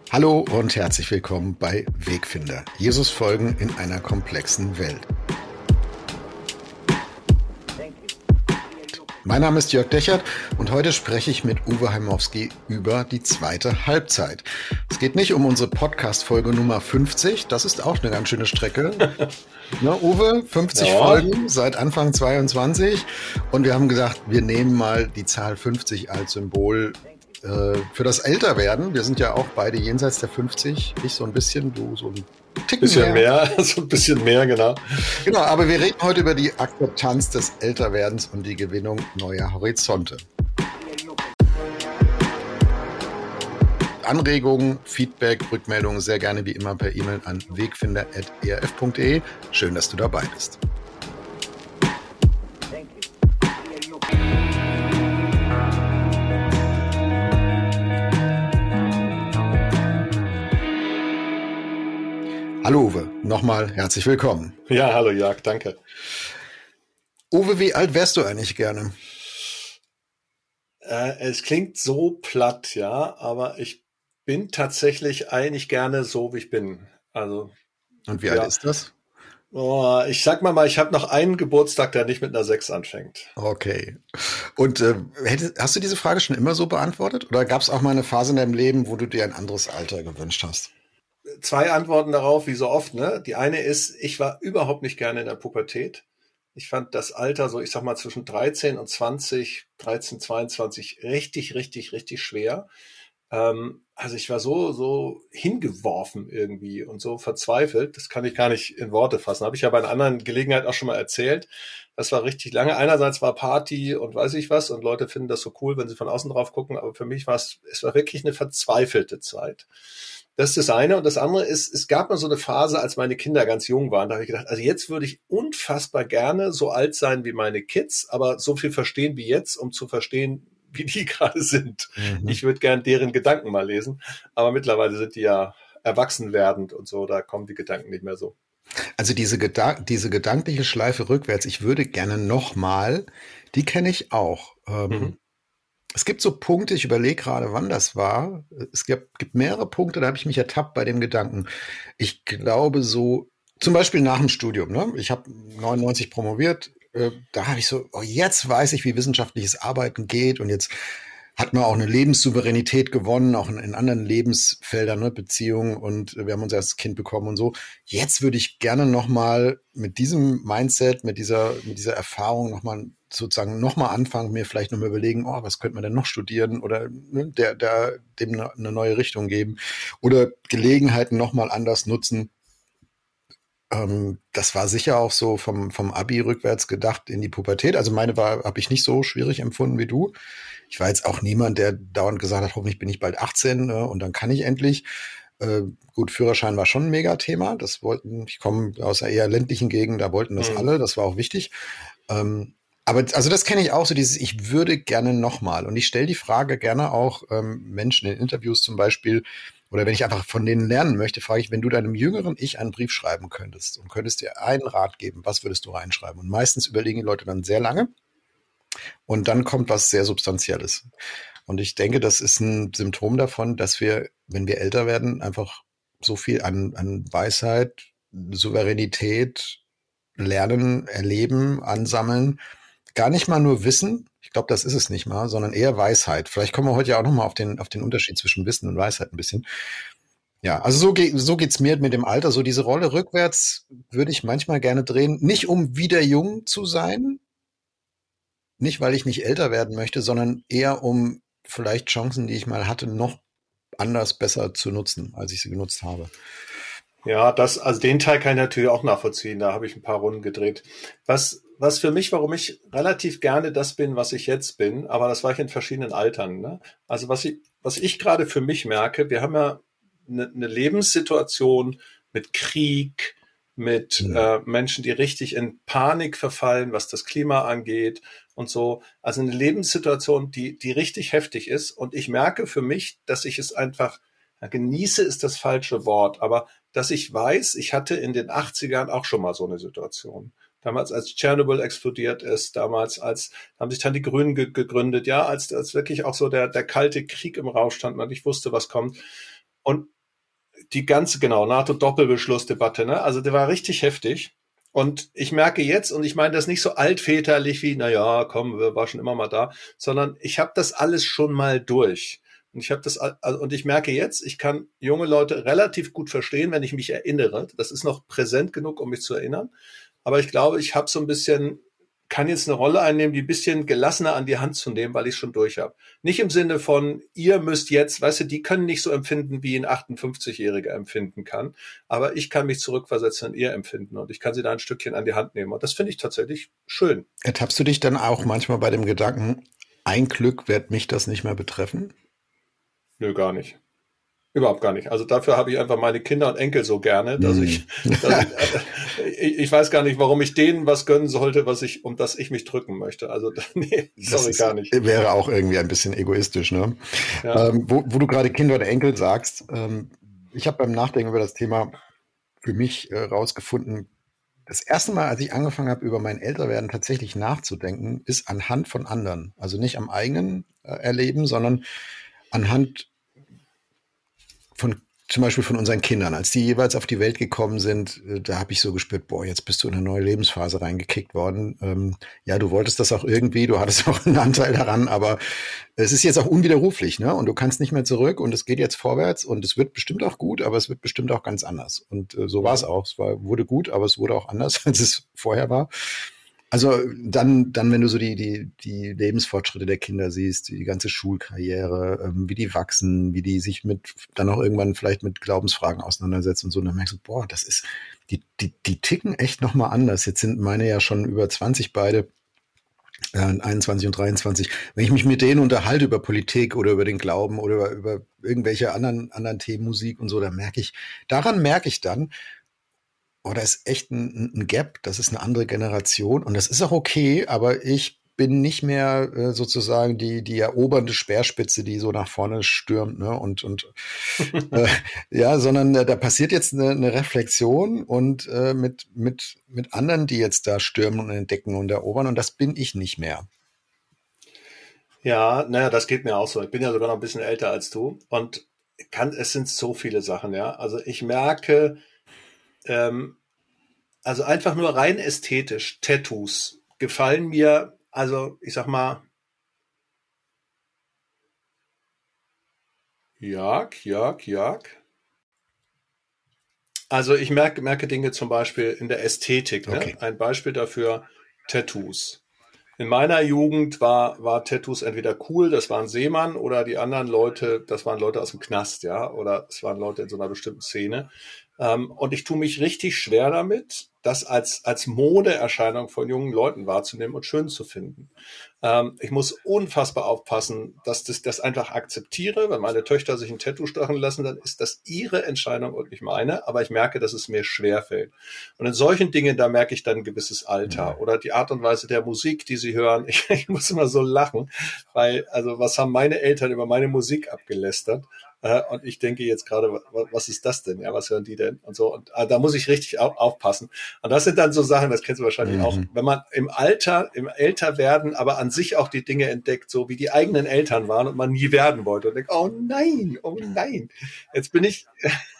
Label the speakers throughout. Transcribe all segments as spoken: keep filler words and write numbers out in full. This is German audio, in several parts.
Speaker 1: Hallo und herzlich willkommen bei Wegfinder. Jesus folgen in einer komplexen Welt. Mein Name ist Jörg Dechert und heute spreche ich mit Uwe Heimowski über die zweite Halbzeit. Es geht nicht um unsere Podcast-Folge Nummer fünfzig, das ist auch eine ganz schöne Strecke. Ne, Uwe, fünfzig ja. Folgen seit Anfang zweiundzwanzig und wir haben gesagt, wir nehmen mal die Zahl fünfzig als Symbol äh, für das Älterwerden. Wir sind ja auch beide jenseits der fünfzig, ich so ein bisschen, du so ein Ticken
Speaker 2: bisschen
Speaker 1: mehr.
Speaker 2: mehr, so ein bisschen mehr, genau.
Speaker 1: Genau, aber wir reden heute über die Akzeptanz des Älterwerdens und die Gewinnung neuer Horizonte. Anregungen, Feedback, Rückmeldungen sehr gerne wie immer per E-Mail an wegfinder at e r f punkt d e. Schön, dass du dabei bist. Hallo Uwe, nochmal herzlich willkommen.
Speaker 2: Ja, hallo Jörg, danke.
Speaker 1: Uwe, wie alt wärst du eigentlich gerne?
Speaker 2: Äh, es klingt so platt, ja, aber ich bin tatsächlich eigentlich gerne so, wie ich bin. Also.
Speaker 1: Und wie
Speaker 2: ja.
Speaker 1: alt ist das?
Speaker 2: Oh, ich sag mal mal, ich habe noch einen Geburtstag, der nicht mit einer sechs anfängt.
Speaker 1: Okay. Und äh, hast du diese Frage schon immer so beantwortet? Oder gab es auch mal eine Phase in deinem Leben, wo du dir ein anderes Alter gewünscht hast?
Speaker 2: Zwei Antworten darauf, wie so oft, ne? Die eine ist, ich war überhaupt nicht gerne in der Pubertät. Ich fand das Alter so, ich sag mal, zwischen dreizehn und zwanzig, dreizehn, zweiundzwanzig richtig, richtig, richtig schwer. Ähm, also ich war so, so hingeworfen irgendwie und so verzweifelt. Das kann ich gar nicht in Worte fassen. Habe ich ja bei einer anderen Gelegenheit auch schon mal erzählt. Das war richtig lange. Einerseits war Party und weiß ich was und Leute finden das so cool, wenn sie von außen drauf gucken. Aber für mich war es, es war wirklich eine verzweifelte Zeit. Das ist das eine. Und das andere ist, es gab mal so eine Phase, als meine Kinder ganz jung waren. Da habe ich gedacht, also jetzt würde ich unfassbar gerne so alt sein wie meine Kids, aber so viel verstehen wie jetzt, um zu verstehen, wie die gerade sind. Mhm. Ich würde gern deren Gedanken mal lesen. Aber mittlerweile sind die ja erwachsen werdend und so, da kommen die Gedanken nicht mehr so.
Speaker 1: Also diese, Gedan- diese gedankliche Schleife rückwärts, ich würde gerne nochmal, die kenne ich auch. Ähm, mhm. Es gibt so Punkte, ich überlege gerade, wann das war. Es gibt, gibt mehrere Punkte, da habe ich mich ertappt bei dem Gedanken. Ich glaube so, zum Beispiel nach dem Studium, ne? Ich habe neunundneunzig promoviert, äh, da habe ich so, oh, jetzt weiß ich, wie wissenschaftliches Arbeiten geht und jetzt hat man auch eine Lebenssouveränität gewonnen, auch in, in anderen Lebensfeldern, ne, Beziehungen und wir haben unser erstes Kind bekommen und so. Jetzt würde ich gerne nochmal mit diesem Mindset, mit dieser, mit dieser Erfahrung nochmal sozusagen nochmal anfangen, mir vielleicht nochmal überlegen, oh, was könnte man denn noch studieren oder ne, der, der, dem eine neue Richtung geben oder Gelegenheiten nochmal anders nutzen. Ähm, das war sicher auch so vom, vom Abi rückwärts gedacht in die Pubertät. Also meine war, habe ich nicht so schwierig empfunden wie du. Ich war jetzt auch niemand, der dauernd gesagt hat, hoffentlich bin ich bald achtzehn äh, und dann kann ich endlich. Äh, gut, Führerschein war schon ein Megathema. Das wollten, ich komme aus einer eher ländlichen Gegend, da wollten das mhm. alle, das war auch wichtig. Ähm, aber also das kenne ich auch, so dieses, ich würde gerne nochmal. Und ich stelle die Frage gerne auch ähm, Menschen in Interviews zum Beispiel, oder wenn ich einfach von denen lernen möchte, frage ich, wenn du deinem jüngeren Ich einen Brief schreiben könntest und könntest dir einen Rat geben, was würdest du reinschreiben? Und meistens überlegen die Leute dann sehr lange und dann kommt was sehr Substanzielles. Und ich denke, das ist ein Symptom davon, dass wir, wenn wir älter werden, einfach so viel an, an Weisheit, Souveränität, Lernen, Erleben, Ansammeln, gar nicht mal nur Wissen, ich glaube, das ist es nicht mal, sondern eher Weisheit. Vielleicht kommen wir heute ja auch nochmal auf den, auf den Unterschied zwischen Wissen und Weisheit ein bisschen. Ja, also so, ge- so geht's mir mit dem Alter. So diese Rolle rückwärts würde ich manchmal gerne drehen. Nicht um wieder jung zu sein, nicht weil ich nicht älter werden möchte, sondern eher um vielleicht Chancen, die ich mal hatte, noch anders, besser zu nutzen, als ich sie genutzt habe.
Speaker 2: Ja, das, also den Teil kann ich natürlich auch nachvollziehen. Da habe ich ein paar Runden gedreht. Was, was für mich, warum ich relativ gerne das bin, was ich jetzt bin, aber das war ich in verschiedenen Altern, ne? Also was ich, was ich gerade für mich merke, wir haben ja eine, eine Lebenssituation mit Krieg, mit mhm. äh, Menschen, die richtig in Panik verfallen, was das Klima angeht und so. Also eine Lebenssituation, die, die richtig heftig ist. Und ich merke für mich, dass ich es einfach, ja, genieße ist das falsche Wort, aber dass ich weiß, ich hatte in den achtzigern auch schon mal so eine Situation. Damals, als Tschernobyl explodiert ist, damals, als haben sich dann die Grünen ge- gegründet, ja, als, als wirklich auch so der, der kalte Krieg im Raum stand und ich wusste, was kommt. Und die ganze, genau, NATO-Doppelbeschlussdebatte, ne? Also der war richtig heftig. Und ich merke jetzt, und ich meine das nicht so altväterlich wie, na ja, komm, wir war schon immer mal da, sondern ich habe das alles schon mal durch. Und ich habe das, also, und ich merke jetzt, ich kann junge Leute relativ gut verstehen, wenn ich mich erinnere. Das ist noch präsent genug, um mich zu erinnern. Aber ich glaube, ich habe so ein bisschen, kann jetzt eine Rolle einnehmen, die ein bisschen gelassener an die Hand zu nehmen, weil ich es schon durch habe. Nicht im Sinne von, ihr müsst jetzt, weißt du, die können nicht so empfinden, wie ein achtundfünfzigjähriger empfinden kann. Aber ich kann mich zurückversetzen in ihr Empfinden und ich kann sie da ein Stückchen an die Hand nehmen. Und das finde ich tatsächlich schön.
Speaker 1: Ertappst du dich dann auch manchmal bei dem Gedanken, ein Glück wird mich das nicht mehr betreffen?
Speaker 2: Nö, gar nicht. Überhaupt gar nicht. Also dafür habe ich einfach meine Kinder und Enkel so gerne, dass
Speaker 1: Mm.
Speaker 2: ich, dass ich, ich, ich weiß gar nicht, warum ich denen was gönnen sollte, was ich, um das ich mich drücken möchte. Also nee, sorry,
Speaker 1: das ist,
Speaker 2: gar nicht.
Speaker 1: Wäre auch irgendwie ein bisschen egoistisch, ne?
Speaker 2: Ja.
Speaker 1: Ähm, wo, wo du gerade Kinder oder Enkel sagst, ähm, ich habe beim Nachdenken über das Thema für mich äh, rausgefunden, das erste Mal, als ich angefangen habe, über mein Älterwerden tatsächlich nachzudenken, ist anhand von anderen. Also nicht am eigenen äh, Erleben, sondern anhand von zum Beispiel von unseren Kindern, als die jeweils auf die Welt gekommen sind, äh, da habe ich so gespürt, boah, jetzt bist du in eine neue Lebensphase reingekickt worden. Ähm, ja, du wolltest das auch irgendwie, du hattest auch einen Anteil daran, aber es ist jetzt auch unwiderruflich, ne? Und du kannst nicht mehr zurück und es geht jetzt vorwärts und es wird bestimmt auch gut, aber es wird bestimmt auch ganz anders. Und äh, so war es auch. Es war, wurde gut, aber es wurde auch anders, als es vorher war. Also dann, dann, wenn du so die, die, die Lebensfortschritte der Kinder siehst, die ganze Schulkarriere, ähm, wie die wachsen, wie die sich mit, dann auch irgendwann vielleicht mit Glaubensfragen auseinandersetzen und so, und dann merkst du, boah, das ist, die, die, die ticken echt nochmal anders. Jetzt sind meine ja schon über zwanzig beide, äh, einundzwanzig und dreiundzwanzig. Wenn ich mich mit denen unterhalte über Politik oder über den Glauben oder über, über irgendwelche anderen, anderen Themen, Musik und so, dann merke ich, daran merke ich dann, oh, da ist echt ein, ein Gap, das ist eine andere Generation und das ist auch okay, aber ich bin nicht mehr äh, sozusagen die, die erobernde Speerspitze, die so nach vorne stürmt, ne, und, und äh, ja, sondern äh, da passiert jetzt eine, eine Reflexion und äh, mit, mit, mit anderen, die jetzt da stürmen und entdecken und erobern und das bin ich nicht mehr.
Speaker 2: Ja, naja, das geht mir auch so. Ich bin ja sogar noch ein bisschen älter als du und kann, es sind so viele Sachen, ja. Also ich merke, ähm, also einfach nur rein ästhetisch, Tattoos gefallen mir, also ich sag mal, Jörg, Jörg, Jörg. Also ich merke, merke Dinge zum Beispiel in der Ästhetik, ne?
Speaker 1: Okay.
Speaker 2: Ein Beispiel dafür, Tattoos. In meiner Jugend war, war Tattoos entweder cool, das waren Seemann, oder die anderen Leute, das waren Leute aus dem Knast, ja, oder es waren Leute in so einer bestimmten Szene. Ähm, und ich tue mich richtig schwer damit, das als, als Modeerscheinung von jungen Leuten wahrzunehmen und schön zu finden. Ähm, ich muss unfassbar aufpassen, dass ich das einfach akzeptiere. Wenn meine Töchter sich ein Tattoo stechen lassen, dann ist das ihre Entscheidung und nicht meine. Aber ich merke, dass es mir schwerfällt. Und in solchen Dingen, da merke ich dann ein gewisses Alter oder die Art und Weise der Musik, die sie hören. Ich, ich muss immer so lachen, weil, also was haben meine Eltern über meine Musik abgelästert? Äh, und ich denke jetzt gerade, was, was ist das denn? Ja, was hören die denn? Und so. Und äh, da muss ich richtig au- aufpassen. Und das sind dann so Sachen, das kennst du wahrscheinlich
Speaker 1: Mhm.
Speaker 2: auch, wenn man im Alter, im Älterwerden, aber an sich auch die Dinge entdeckt, so wie die eigenen Eltern waren und man nie werden wollte und denkt, oh nein, oh nein, jetzt bin ich.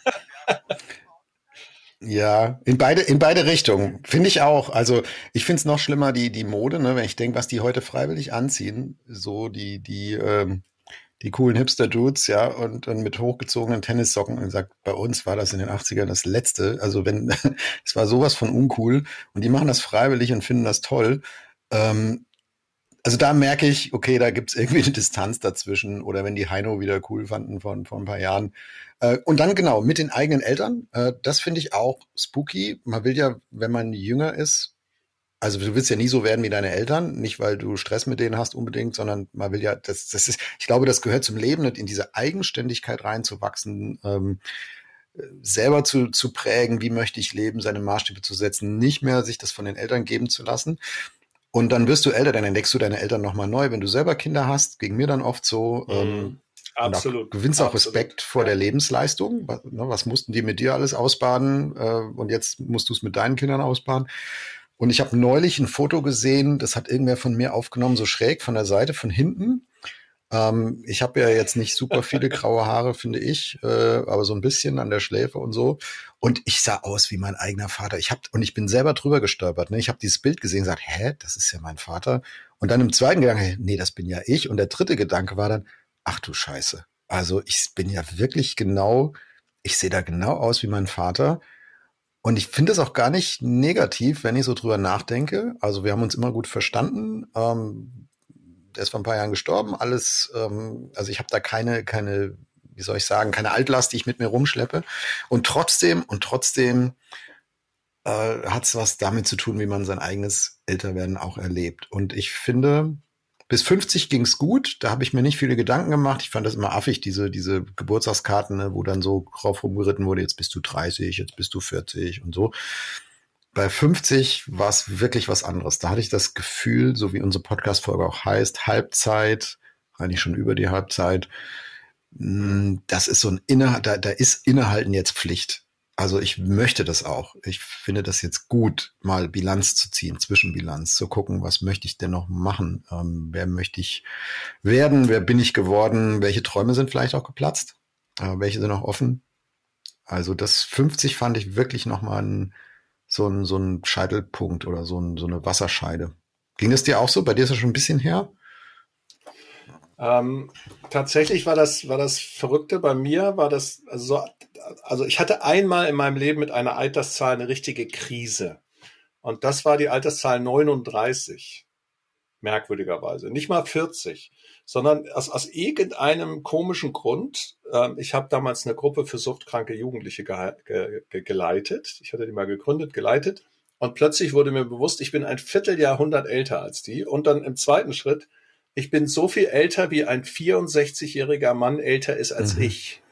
Speaker 1: Ja, in beide, in beide Richtungen. Finde ich auch. Also ich finde es noch schlimmer, die, die Mode, ne, wenn ich denke, was die heute freiwillig anziehen, so die, die, ähm, die coolen Hipster-Dudes, ja, und dann mit hochgezogenen Tennissocken und sagt, bei uns war das in den achtzigern das Letzte. Also wenn, es war sowas von uncool und die machen das freiwillig und finden das toll. Ähm, also da merke ich, okay, da gibt's irgendwie eine Distanz dazwischen. Oder wenn die Heino wieder cool fanden von vor ein paar Jahren. Äh, und dann genau, mit den eigenen Eltern, äh, das finde ich auch spooky. Man will ja, wenn man jünger ist, also du willst ja nie so werden wie deine Eltern, nicht weil du Stress mit denen hast unbedingt, sondern man will ja, das, das ist, ich glaube, das gehört zum Leben, in diese Eigenständigkeit reinzuwachsen, ähm, selber zu, zu prägen, wie möchte ich leben, seine Maßstäbe zu setzen, nicht mehr sich das von den Eltern geben zu lassen. Und dann wirst du älter, dann entdeckst du deine Eltern nochmal neu, wenn du selber Kinder hast, gegen mir dann oft so.
Speaker 2: Mhm.
Speaker 1: Ähm,
Speaker 2: Absolut.
Speaker 1: Und gewinnst auch
Speaker 2: Absolut.
Speaker 1: Respekt vor
Speaker 2: Ja.
Speaker 1: der Lebensleistung. Was, ne, was mussten die mit dir alles ausbaden? Äh, und jetzt musst du es mit deinen Kindern ausbaden. Und ich habe neulich ein Foto gesehen, das hat irgendwer von mir aufgenommen, so schräg von der Seite, von hinten. Ähm, ich habe ja jetzt nicht super viele graue Haare, finde ich, äh, aber so ein bisschen an der Schläfe und so. Und ich sah aus wie mein eigener Vater. Ich hab, und ich bin selber drüber gestolpert. Ne? Ich habe dieses Bild gesehen und gesagt, hä, das ist ja mein Vater. Und dann im zweiten Gedanke, nee, das bin ja ich. Und der dritte Gedanke war dann, ach du Scheiße. Also ich bin ja wirklich genau, ich sehe da genau aus wie mein Vater. Und ich finde es auch gar nicht negativ, wenn ich so drüber nachdenke. Also wir haben uns immer gut verstanden. Ähm, der ist vor ein paar Jahren gestorben. Alles, ähm, also ich habe da keine, keine, wie soll ich sagen, keine Altlast, die ich mit mir rumschleppe. Und trotzdem, und trotzdem äh, hat es was damit zu tun, wie man sein eigenes Älterwerden auch erlebt. Und ich finde, bis fünfzig ging's gut. Da habe ich mir nicht viele Gedanken gemacht. Ich fand das immer affig, diese, diese Geburtstagskarten, ne, wo dann so drauf rumgeritten wurde, jetzt bist du dreißig, jetzt bist du vierzig und so. Bei fünfzig war es wirklich was anderes. Da hatte ich das Gefühl, so wie unsere Podcast-Folge auch heißt, Halbzeit, eigentlich schon über die Halbzeit, das ist so ein Inne, da, da ist Innehalten jetzt Pflicht. Also ich möchte das auch. Ich finde das jetzt gut, mal Bilanz zu ziehen, Zwischenbilanz, zu gucken, was möchte ich denn noch machen? Ähm, wer möchte ich werden? Wer bin ich geworden? Welche Träume sind vielleicht auch geplatzt? Äh, welche sind noch offen? Also das fünfzig fand ich wirklich nochmal ein, so ein, so ein Scheitelpunkt oder so, ein, so eine Wasserscheide. Ging es dir auch so? Bei dir ist das schon ein bisschen her?
Speaker 2: Ähm, tatsächlich war das, war das Verrückte bei mir, war das, also, so, also ich hatte einmal in meinem Leben mit einer Alterszahl eine richtige Krise. Und das war die Alterszahl neununddreißig. Merkwürdigerweise. Nicht mal vierzig, sondern aus, aus irgendeinem komischen Grund. Ähm, ich habe damals eine Gruppe für suchtkranke Jugendliche ge ge ge geleitet. Ich hatte die mal gegründet, geleitet. Und plötzlich wurde mir bewusst, ich bin ein Vierteljahrhundert älter als die. Und dann im zweiten Schritt, ich bin so viel älter, wie ein vierundsechzigjähriger Mann älter ist als mhm. ich.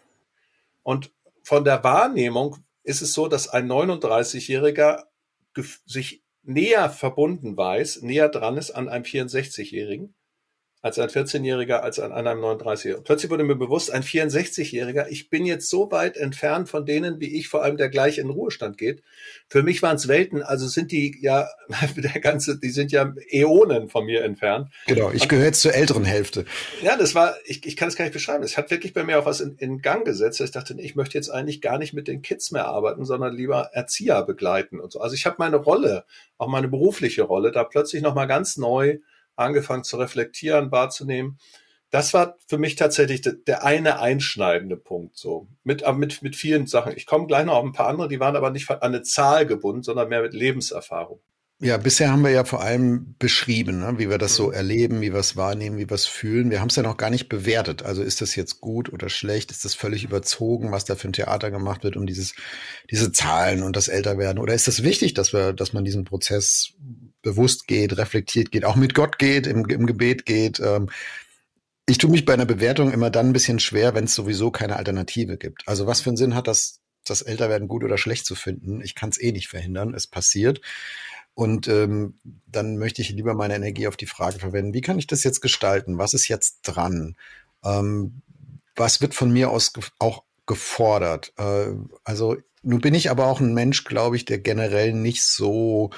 Speaker 2: Und von der Wahrnehmung ist es so, dass ein neununddreißigjähriger sich näher verbunden weiß, näher dran ist an einem vierundsechzigjährigen, als ein vierzehnjähriger, als an einem neununddreißigjährigen. Plötzlich wurde mir bewusst, ein vierundsechzigjähriger, ich bin jetzt so weit entfernt von denen, wie ich, vor allem der gleich in den Ruhestand geht. Für mich waren es Welten, also sind die ja, der ganze, die sind ja Äonen von mir entfernt.
Speaker 1: Genau, ich gehöre jetzt zur älteren Hälfte.
Speaker 2: Ja, das war, ich, ich kann es gar nicht beschreiben. Es hat wirklich bei mir auch was in, in Gang gesetzt. Ich dachte, nee, ich möchte jetzt eigentlich gar nicht mit den Kids mehr arbeiten, sondern lieber Erzieher begleiten und so. Also ich habe meine Rolle, auch meine berufliche Rolle, da plötzlich nochmal ganz neu angefangen zu reflektieren, wahrzunehmen. Das war für mich tatsächlich der, der eine einschneidende Punkt, so. Mit, mit, mit vielen Sachen. Ich komme gleich noch auf ein paar andere, die waren aber nicht an eine Zahl gebunden, sondern mehr mit Lebenserfahrung.
Speaker 1: Ja, bisher haben wir ja vor allem beschrieben, ne, wie wir das so erleben, wie wir es wahrnehmen, wie wir es fühlen. Wir haben es ja noch gar nicht bewertet. Also ist das jetzt gut oder schlecht? Ist das völlig überzogen, was da für ein Theater gemacht wird, um dieses, diese Zahlen und das Älterwerden? Oder ist das wichtig, dass wir, dass man diesen Prozess bewusst geht, reflektiert geht, auch mit Gott geht, im, im Gebet geht? Ähm, ich tue mich bei einer Bewertung immer dann ein bisschen schwer, wenn es sowieso keine Alternative gibt. Also was für einen Sinn hat das, das Älterwerden gut oder schlecht zu finden? Ich kann es eh nicht verhindern. Es passiert. Und ähm, dann möchte ich lieber meine Energie auf die Frage verwenden, wie kann ich das jetzt gestalten? Was ist jetzt dran? Ähm, was wird von mir aus ge- auch gefordert? Äh, also nun bin ich aber auch ein Mensch, glaube ich, der generell nicht so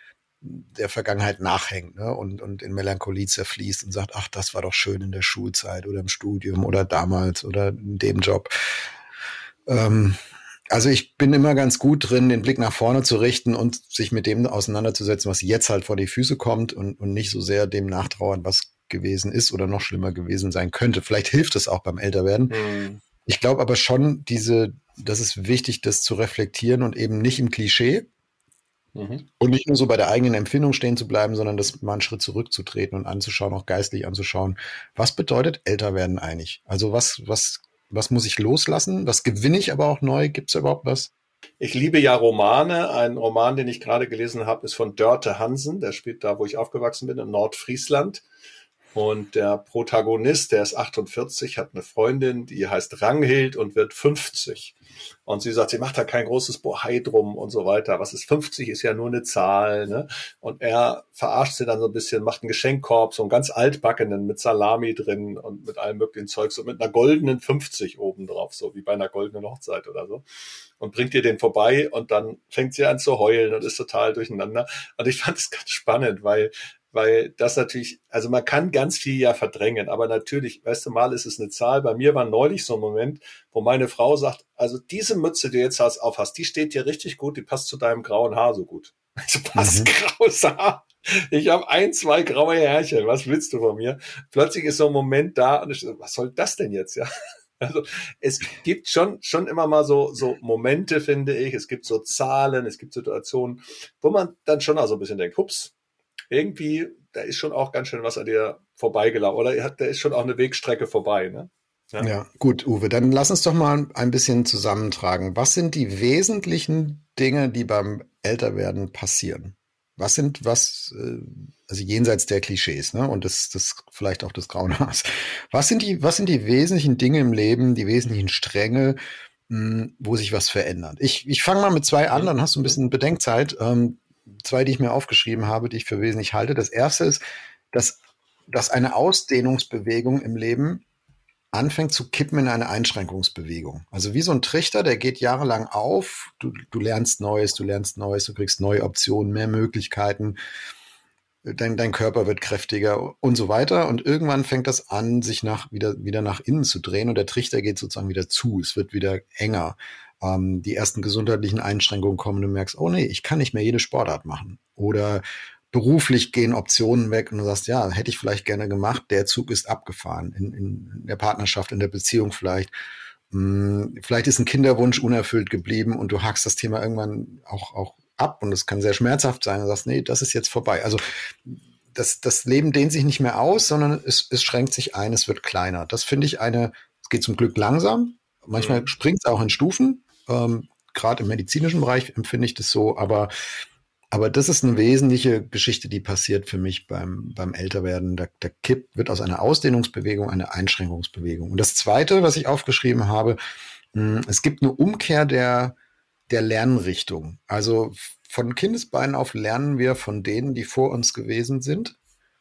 Speaker 1: der Vergangenheit nachhängt, ne? und, und in Melancholie zerfließt und sagt, ach, das war doch schön in der Schulzeit oder im Studium oder damals oder in dem Job. Ähm, Also ich bin immer ganz gut drin, den Blick nach vorne zu richten und sich mit dem auseinanderzusetzen, was jetzt halt vor die Füße kommt und, und nicht so sehr dem nachtrauern, was gewesen ist oder noch schlimmer gewesen sein könnte. Vielleicht hilft es auch beim Älterwerden. Mhm. Ich glaube aber schon, diese, das ist wichtig, das zu reflektieren und eben nicht im Klischee mhm. und nicht nur so bei der eigenen Empfindung stehen zu bleiben, sondern das mal einen Schritt zurückzutreten und anzuschauen, auch geistlich anzuschauen. Was bedeutet Älterwerden eigentlich? Also was, was Was muss ich loslassen? Was gewinne ich aber auch neu? Gibt es überhaupt was?
Speaker 2: Ich liebe ja Romane. Ein Roman, den ich gerade gelesen habe, ist von Dörte Hansen. Der spielt da, wo ich aufgewachsen bin, in Nordfriesland. Und der Protagonist, der ist achtundvierzig, hat eine Freundin, die heißt Ranghild und wird fünfzig. Und sie sagt, sie macht da kein großes Bohai drum und so weiter. Was ist fünfzig? Ist ja nur eine Zahl, ne? Und er verarscht sie dann so ein bisschen, macht einen Geschenkkorb, so einen ganz altbackenen mit Salami drin und mit allem möglichen Zeug, so mit einer goldenen fünfzig obendrauf, so wie bei einer goldenen Hochzeit oder so. Und bringt ihr den vorbei und dann fängt sie an zu heulen und ist total durcheinander. Und ich fand es ganz spannend, weil weil das natürlich, also man kann ganz viel ja verdrängen, aber natürlich, weißt du, mal ist es eine Zahl. Bei mir war neulich so ein Moment, wo meine Frau sagt, also diese Mütze, die du jetzt auf hast, die steht dir richtig gut, die passt zu deinem grauen Haar so gut. Also passt mhm. graues Haar. Ich habe ein, zwei graue Härchen. Was willst du von mir? Plötzlich ist so ein Moment da und ich, was soll das denn jetzt, ja? Also es gibt schon schon immer mal so so Momente, finde ich. Es gibt so Zahlen, es gibt Situationen, wo man dann schon auch so ein bisschen denkt, hups, irgendwie, da ist schon auch ganz schön was an dir vorbeigelaufen. Oder da ist schon auch eine Wegstrecke vorbei, ne?
Speaker 1: Ja. Ja, gut, Uwe, dann lass uns doch mal ein bisschen zusammentragen. Was sind die wesentlichen Dinge, die beim Älterwerden passieren? Was sind, was, also jenseits der Klischees, ne, und das, das vielleicht auch des grauen Haars. Was sind die, was sind die wesentlichen Dinge im Leben, die wesentlichen Stränge, mh, wo sich was verändert? Ich, ich fange mal mit zwei an, dann hast du ein bisschen Bedenkzeit. Ähm, zwei, die ich mir aufgeschrieben habe, die ich für wesentlich halte. Das erste ist, dass, dass eine Ausdehnungsbewegung im Leben anfängt zu kippen in eine Einschränkungsbewegung. Also wie so ein Trichter, der geht jahrelang auf, du, du lernst Neues, du lernst Neues, du kriegst neue Optionen, mehr Möglichkeiten, dein, dein Körper wird kräftiger und so weiter und irgendwann fängt das an, sich nach, wieder, wieder nach innen zu drehen und der Trichter geht sozusagen wieder zu, es wird wieder enger. Ähm, die ersten gesundheitlichen Einschränkungen kommen, du merkst, oh nee, ich kann nicht mehr jede Sportart machen oder beruflich gehen Optionen weg und du sagst, ja, hätte ich vielleicht gerne gemacht, der Zug ist abgefahren, in, in der Partnerschaft, in der Beziehung vielleicht. Hm, vielleicht ist ein Kinderwunsch unerfüllt geblieben und du hakst das Thema irgendwann auch, auch ab und es kann sehr schmerzhaft sein und sagst, nee, das ist jetzt vorbei. Also das, das Leben dehnt sich nicht mehr aus, sondern es, es schränkt sich ein, es wird kleiner. Das finde ich eine, es geht zum Glück langsam, manchmal mhm. springt es auch in Stufen, ähm, gerade im medizinischen Bereich empfinde ich das so, aber Aber das ist eine wesentliche Geschichte, die passiert für mich beim, beim Älterwerden. Da, da kippt, wird aus einer Ausdehnungsbewegung eine Einschränkungsbewegung. Und das Zweite, was ich aufgeschrieben habe, mh, es gibt eine Umkehr der, der Lernrichtung. Also von Kindesbeinen auf lernen wir von denen, die vor uns gewesen sind.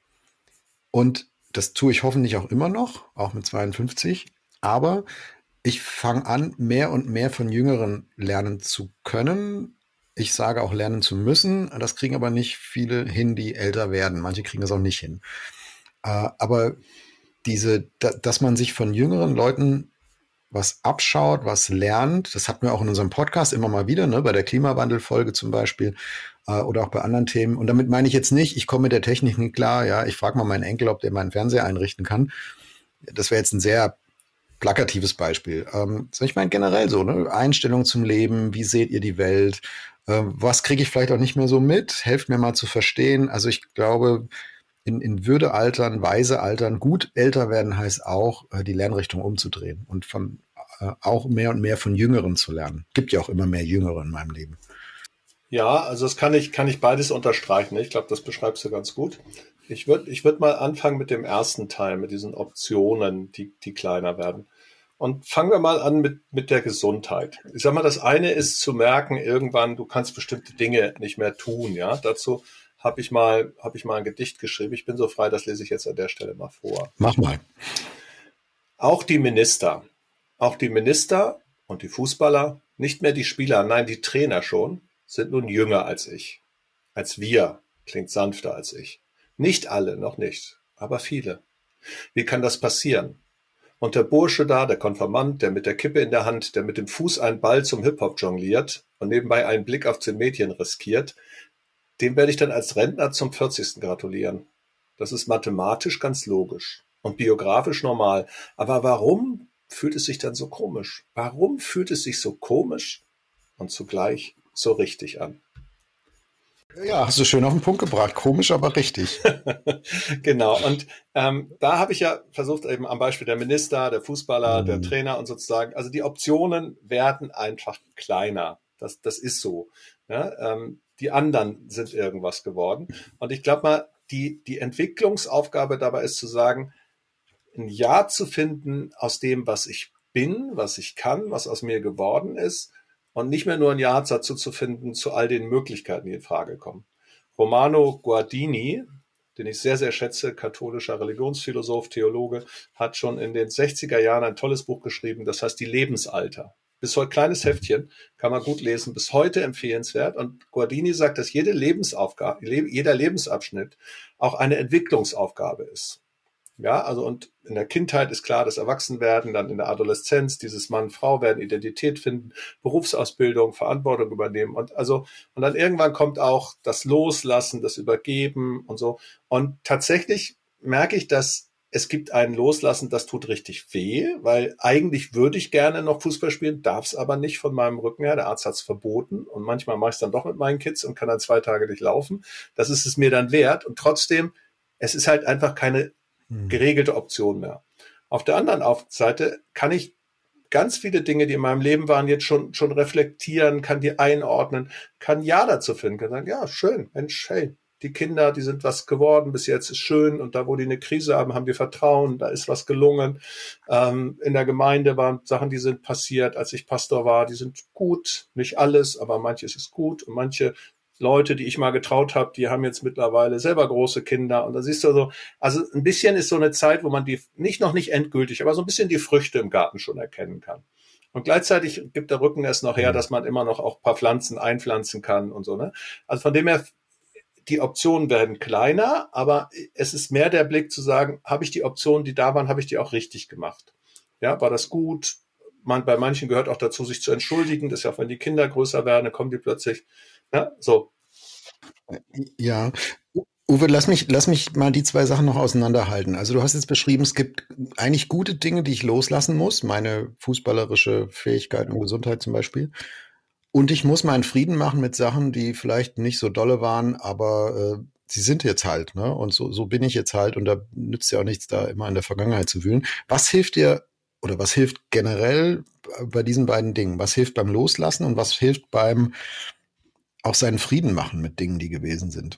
Speaker 1: Und das tue ich hoffentlich auch immer noch, auch mit zweiundfünfzig. Aber ich fange an, mehr und mehr von Jüngeren lernen zu können. Ich sage auch lernen zu müssen. Das kriegen aber nicht viele hin, die älter werden. Manche kriegen das auch nicht hin. Äh, aber diese, da, dass man sich von jüngeren Leuten was abschaut, was lernt, das hatten wir auch in unserem Podcast immer mal wieder, ne, bei der Klimawandelfolge zum Beispiel äh, oder auch bei anderen Themen. Und damit meine ich jetzt nicht, ich komme mit der Technik nicht klar. Ja, ich frage mal meinen Enkel, ob der meinen Fernseher einrichten kann. Das wäre jetzt ein sehr plakatives Beispiel. Ähm, ich meine generell so, ne, Einstellung zum Leben, wie seht ihr die Welt? Was kriege ich vielleicht auch nicht mehr so mit? Helft mir mal zu verstehen. Also ich glaube, in, in Würde altern, weise altern, gut älter werden heißt auch, die Lernrichtung umzudrehen und von äh, auch mehr und mehr von Jüngeren zu lernen. Gibt ja auch immer mehr Jüngere in meinem Leben.
Speaker 2: Ja, also das kann ich, kann ich beides unterstreichen. Ich glaube, das beschreibst du ganz gut. Ich würde ich würd mal anfangen mit dem ersten Teil, mit diesen Optionen, die, die kleiner werden. Und fangen wir mal an mit, mit der Gesundheit. Ich sag mal, das eine ist zu merken, irgendwann, du kannst bestimmte Dinge nicht mehr tun, ja. Dazu habe ich mal, habe ich mal ein Gedicht geschrieben. Ich bin so frei, das lese ich jetzt an der Stelle mal vor.
Speaker 1: Mach mal.
Speaker 2: Auch die Minister, auch die Minister und die Fußballer, nicht mehr die Spieler, nein, die Trainer schon, sind nun jünger als ich. Als wir, klingt sanfter als ich. Nicht alle, noch nicht, aber viele. Wie kann das passieren? Und der Bursche da, der Konfirmand, der mit der Kippe in der Hand, der mit dem Fuß einen Ball zum Hip-Hop jongliert und nebenbei einen Blick auf zehn Mädchen riskiert, dem werde ich dann als Rentner zum vierzigsten gratulieren. Das ist mathematisch ganz logisch und biografisch normal. Aber warum fühlt es sich dann so komisch? Warum fühlt es sich so komisch und zugleich so richtig an?
Speaker 1: Ja, hast du schön auf den Punkt gebracht. Komisch, aber richtig.
Speaker 2: Genau. Und ähm, da habe ich ja versucht, eben am Beispiel der Minister, der Fußballer, mhm. der Trainer und sozusagen, also die Optionen werden einfach kleiner. Das, das ist so. Ja, ähm, die anderen sind irgendwas geworden. Und ich glaube mal, die, die Entwicklungsaufgabe dabei ist zu sagen, ein Ja zu finden aus dem, was ich bin, was ich kann, was aus mir geworden ist, und nicht mehr nur ein Ja dazu zu finden, zu all den Möglichkeiten, die in Frage kommen. Romano Guardini, den ich sehr, sehr schätze, katholischer Religionsphilosoph, Theologe, hat schon in den sechziger Jahren ein tolles Buch geschrieben, das heißt Die Lebensalter. bis heute, kleines Heftchen, kann man gut lesen, bis heute empfehlenswert. Und Guardini sagt, dass jede Lebensaufgabe, jeder Lebensabschnitt auch eine Entwicklungsaufgabe ist. Ja, also und in der Kindheit ist klar, das Erwachsenwerden, dann in der Adoleszenz, dieses Mann-Frau werden, Identität finden, Berufsausbildung, Verantwortung übernehmen und also, und dann irgendwann kommt auch das Loslassen, das Übergeben und so. Und tatsächlich merke ich, dass es gibt ein Loslassen, das tut richtig weh, weil eigentlich würde ich gerne noch Fußball spielen, darf es aber nicht von meinem Rücken her. Der Arzt hat es verboten und manchmal mache ich es dann doch mit meinen Kids und kann dann zwei Tage nicht laufen. Das ist es mir dann wert und trotzdem, es ist halt einfach keine geregelte Option mehr. Auf der anderen Seite kann ich ganz viele Dinge, die in meinem Leben waren, jetzt schon, schon reflektieren, kann die einordnen, kann Ja dazu finden, kann sagen, ja, schön, Mensch, hey, die Kinder, die sind was geworden, bis jetzt ist schön und da, wo die eine Krise haben, haben wir Vertrauen, da ist was gelungen. Ähm, in der Gemeinde waren Sachen, die sind passiert, als ich Pastor war, die sind gut, nicht alles, aber manches ist gut und manche Leute, die ich mal getraut habe, die haben jetzt mittlerweile selber große Kinder und da siehst du so, also ein bisschen ist so eine Zeit, wo man die nicht noch nicht endgültig, aber so ein bisschen die Früchte im Garten schon erkennen kann. Und gleichzeitig gibt der Rücken es noch her, dass man immer noch auch ein paar Pflanzen einpflanzen kann und so, ne? Also von dem her, die Optionen werden kleiner, aber es ist mehr der Blick zu sagen, habe ich die Optionen, die da waren, habe ich die auch richtig gemacht? Ja, war das gut? Man, bei manchen gehört auch dazu, sich zu entschuldigen, das ist ja auch, wenn die Kinder größer werden, dann kommen die plötzlich. Ja, so.
Speaker 1: Ja, Uwe, lass mich, lass mich mal die zwei Sachen noch auseinanderhalten. Also du hast jetzt beschrieben, es gibt eigentlich gute Dinge, die ich loslassen muss, meine fußballerische Fähigkeit und Gesundheit zum Beispiel. Und ich muss meinen Frieden machen mit Sachen, die vielleicht nicht so dolle waren, aber äh, sie sind jetzt halt, ne? Und so, so bin ich jetzt halt und da nützt ja auch nichts, da immer in der Vergangenheit zu wühlen. Was hilft dir oder was hilft generell bei diesen beiden Dingen? Was hilft beim Loslassen und was hilft beim auch seinen Frieden machen mit Dingen, die gewesen sind?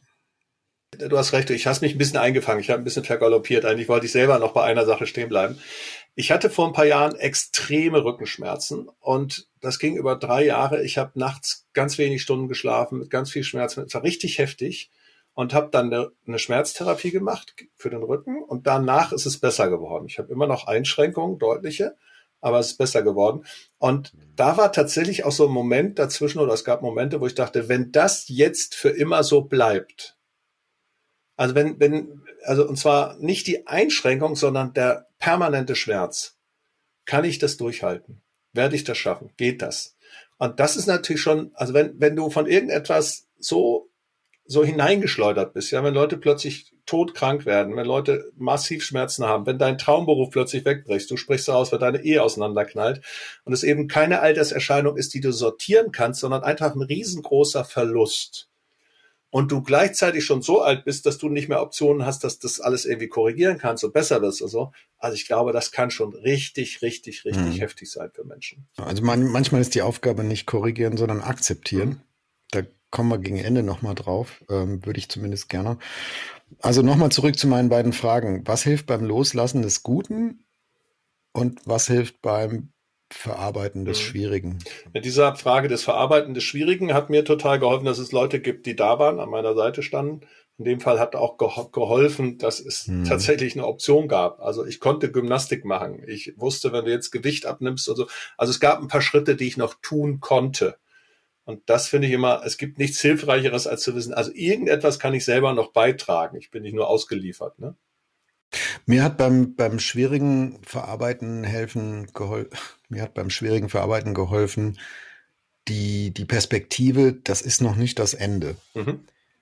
Speaker 2: Du hast recht, ich habe mich ein bisschen eingefangen, ich habe ein bisschen vergaloppiert. Eigentlich wollte ich selber noch bei einer Sache stehen bleiben. Ich hatte vor ein paar Jahren extreme Rückenschmerzen und das ging über drei Jahre. Ich habe nachts ganz wenig Stunden geschlafen, mit ganz viel Schmerzen. Es war richtig heftig und habe dann eine, eine Schmerztherapie gemacht für den Rücken und danach ist es besser geworden. Ich habe immer noch Einschränkungen, deutliche, aber es ist besser geworden. Und da war tatsächlich auch so ein Moment dazwischen, oder es gab Momente, wo ich dachte, wenn das jetzt für immer so bleibt, also wenn, wenn, also und zwar nicht die Einschränkung, sondern der permanente Schmerz, kann ich das durchhalten? Werde ich das schaffen? Geht das? Und das ist natürlich schon, also wenn, wenn du von irgendetwas so, so hineingeschleudert bist, ja, wenn Leute plötzlich todkrank werden, wenn Leute massiv Schmerzen haben, wenn dein Traumberuf plötzlich wegbrichst, du sprichst aus, weil deine Ehe auseinanderknallt und es eben keine Alterserscheinung ist, die du sortieren kannst, sondern einfach ein riesengroßer Verlust. Und du gleichzeitig schon so alt bist, dass du nicht mehr Optionen hast, dass das alles irgendwie korrigieren kannst und besser wirst oder so. Also ich glaube, das kann schon richtig, richtig, richtig hm. heftig sein für Menschen.
Speaker 1: Also man, manchmal ist die Aufgabe nicht korrigieren, sondern akzeptieren. Hm. Da kommen wir gegen Ende nochmal drauf, ähm, würde ich zumindest gerne. Also nochmal zurück zu meinen beiden Fragen. Was hilft beim Loslassen des Guten und was hilft beim Verarbeiten des Schwierigen?
Speaker 2: Mit dieser Frage des Verarbeiten des Schwierigen hat mir total geholfen, dass es Leute gibt, die da waren, an meiner Seite standen. In dem Fall hat auch geholfen, dass es hm. tatsächlich eine Option gab. Also ich konnte Gymnastik machen. Ich wusste, wenn du jetzt Gewicht abnimmst und so. Also es gab ein paar Schritte, die ich noch tun konnte. Und das finde ich immer, es gibt nichts Hilfreicheres, als zu wissen, also irgendetwas kann ich selber noch beitragen. Ich bin nicht nur ausgeliefert, ne?
Speaker 1: Mir hat beim, beim schwierigen Verarbeiten helfen geholfen, mir hat beim schwierigen Verarbeiten geholfen, die, die Perspektive, das ist noch nicht das Ende. Mhm.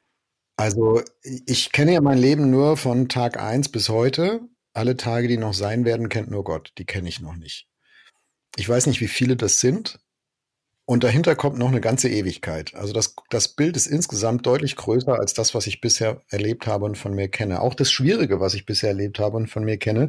Speaker 1: Also ich kenne ja mein Leben nur von Tag eins bis heute. Alle Tage, die noch sein werden, kennt nur Gott. Die kenne ich noch nicht. Ich weiß nicht, wie viele das sind. Und dahinter kommt noch eine ganze Ewigkeit. Also das, das Bild ist insgesamt deutlich größer als das, was ich bisher erlebt habe und von mir kenne. Auch das Schwierige, was ich bisher erlebt habe und von mir kenne,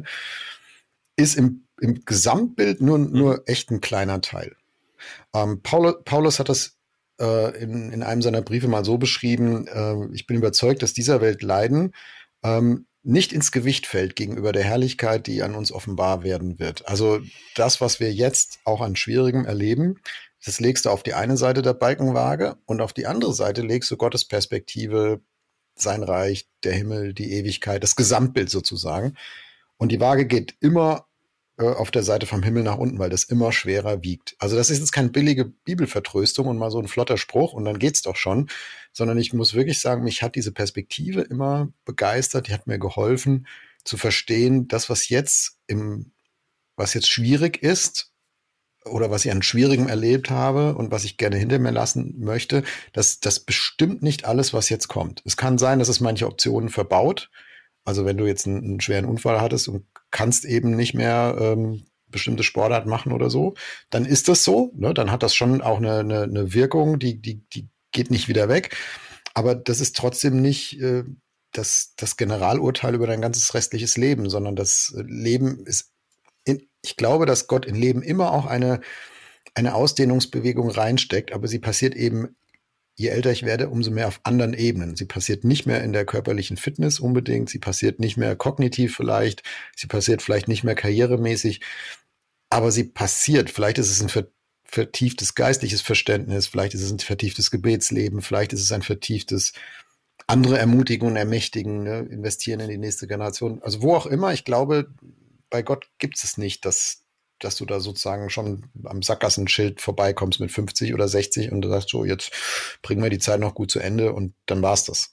Speaker 1: ist im, im Gesamtbild nur, nur echt ein kleiner Teil. Ähm, Paulus, Paulus hat das äh, in, in einem seiner Briefe mal so beschrieben, äh, ich bin überzeugt, dass dieser Welt Leiden ähm, nicht ins Gewicht fällt gegenüber der Herrlichkeit, die an uns offenbar werden wird. Also das, was wir jetzt auch an Schwierigem erleben, das legst du auf die eine Seite der Balkenwaage und auf die andere Seite legst du Gottes Perspektive, sein Reich, der Himmel, die Ewigkeit, das Gesamtbild sozusagen. Und die Waage geht immer äh, auf der Seite vom Himmel nach unten, weil das immer schwerer wiegt. Also das ist jetzt keine billige Bibelvertröstung und mal so ein flotter Spruch und dann geht's doch schon, sondern ich muss wirklich sagen, mich hat diese Perspektive immer begeistert, die hat mir geholfen zu verstehen, das, was jetzt im, was jetzt schwierig ist, oder was ich an Schwierigem erlebt habe und was ich gerne hinter mir lassen möchte, das, das bestimmt nicht alles, was jetzt kommt. Es kann sein, dass es manche Optionen verbaut. Also wenn du jetzt einen, einen schweren Unfall hattest und kannst eben nicht mehr ähm, bestimmte Sportart machen oder so, dann ist das so. Ne? Dann hat das schon auch eine, eine, eine Wirkung, die, die, die geht nicht wieder weg. Aber das ist trotzdem nicht äh, das, das Generalurteil über dein ganzes restliches Leben, sondern das Leben ist in, ich glaube, dass Gott in Leben immer auch eine, eine Ausdehnungsbewegung reinsteckt, aber sie passiert eben, je älter ich werde, umso mehr auf anderen Ebenen. Sie passiert nicht mehr in der körperlichen Fitness unbedingt, sie passiert nicht mehr kognitiv vielleicht, sie passiert vielleicht nicht mehr karrieremäßig, aber sie passiert. Vielleicht ist es ein vertieftes geistliches Verständnis, vielleicht ist es ein vertieftes Gebetsleben, vielleicht ist es ein vertieftes andere ermutigen und ermächtigen, ne? Investieren in die nächste Generation. Also wo auch immer, ich glaube, bei Gott gibt es nicht, dass, dass du da sozusagen schon am Sackgassenschild vorbeikommst mit fünfzig oder sechzig und du sagst, so, jetzt bringen wir die Zeit noch gut zu Ende und dann war's das.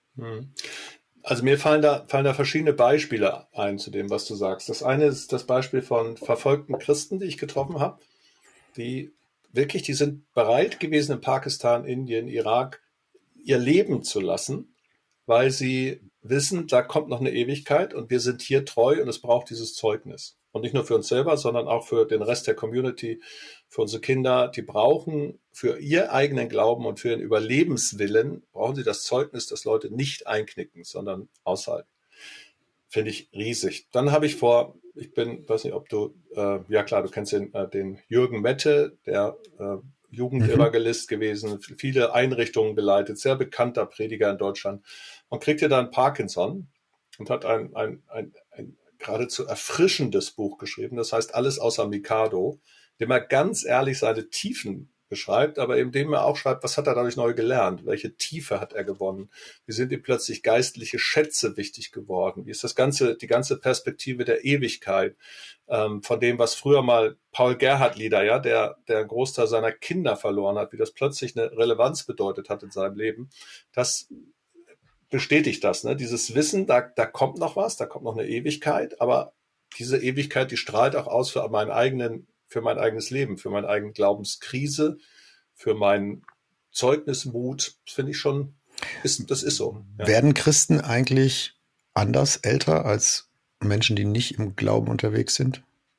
Speaker 2: Also mir fallen da, fallen da verschiedene Beispiele ein zu dem, was du sagst. Das eine ist das Beispiel von verfolgten Christen, die ich getroffen habe, die wirklich, die sind bereit gewesen, in Pakistan, Indien, Irak ihr Leben zu lassen, weil sie wissen, da kommt noch eine Ewigkeit und wir sind hier treu und es braucht dieses Zeugnis. Und nicht nur für uns selber, sondern auch für den Rest der Community, für unsere Kinder. Die brauchen für ihr eigenen Glauben und für ihren Überlebenswillen, brauchen sie das Zeugnis, dass Leute nicht einknicken, sondern aushalten. Finde ich riesig. Dann habe ich vor, ich bin, weiß nicht, ob du, äh, ja klar, du kennst den, äh, den Jürgen Mette, der äh, Jugendevangelist mhm. gewesen, viele Einrichtungen geleitet, sehr bekannter Prediger in Deutschland und kriegte dann Parkinson und hat ein, ein, ein, ein geradezu erfrischendes Buch geschrieben, das heißt Alles außer Mikado, dem er ganz ehrlich seine Tiefen beschreibt, aber eben dem er auch schreibt, was hat er dadurch neu gelernt, welche Tiefe hat er gewonnen, wie sind ihm plötzlich geistliche Schätze wichtig geworden, wie ist das ganze, die ganze Perspektive der Ewigkeit, ähm, von dem, was früher mal Paul Gerhardt-Lieder, ja, der, der einen Großteil seiner Kinder verloren hat, wie das plötzlich eine Relevanz bedeutet hat in seinem Leben, das bestätigt das, ne? Dieses Wissen, da, da kommt noch was, da kommt noch eine Ewigkeit, aber diese Ewigkeit, die strahlt auch aus für meinen eigenen, für mein eigenes Leben, für meine eigene Glaubenskrise, für meinen Zeugnismut, das finde ich schon, ist, das ist so.
Speaker 1: Ja. Werden Christen eigentlich anders älter als Menschen, die nicht im Glauben unterwegs sind?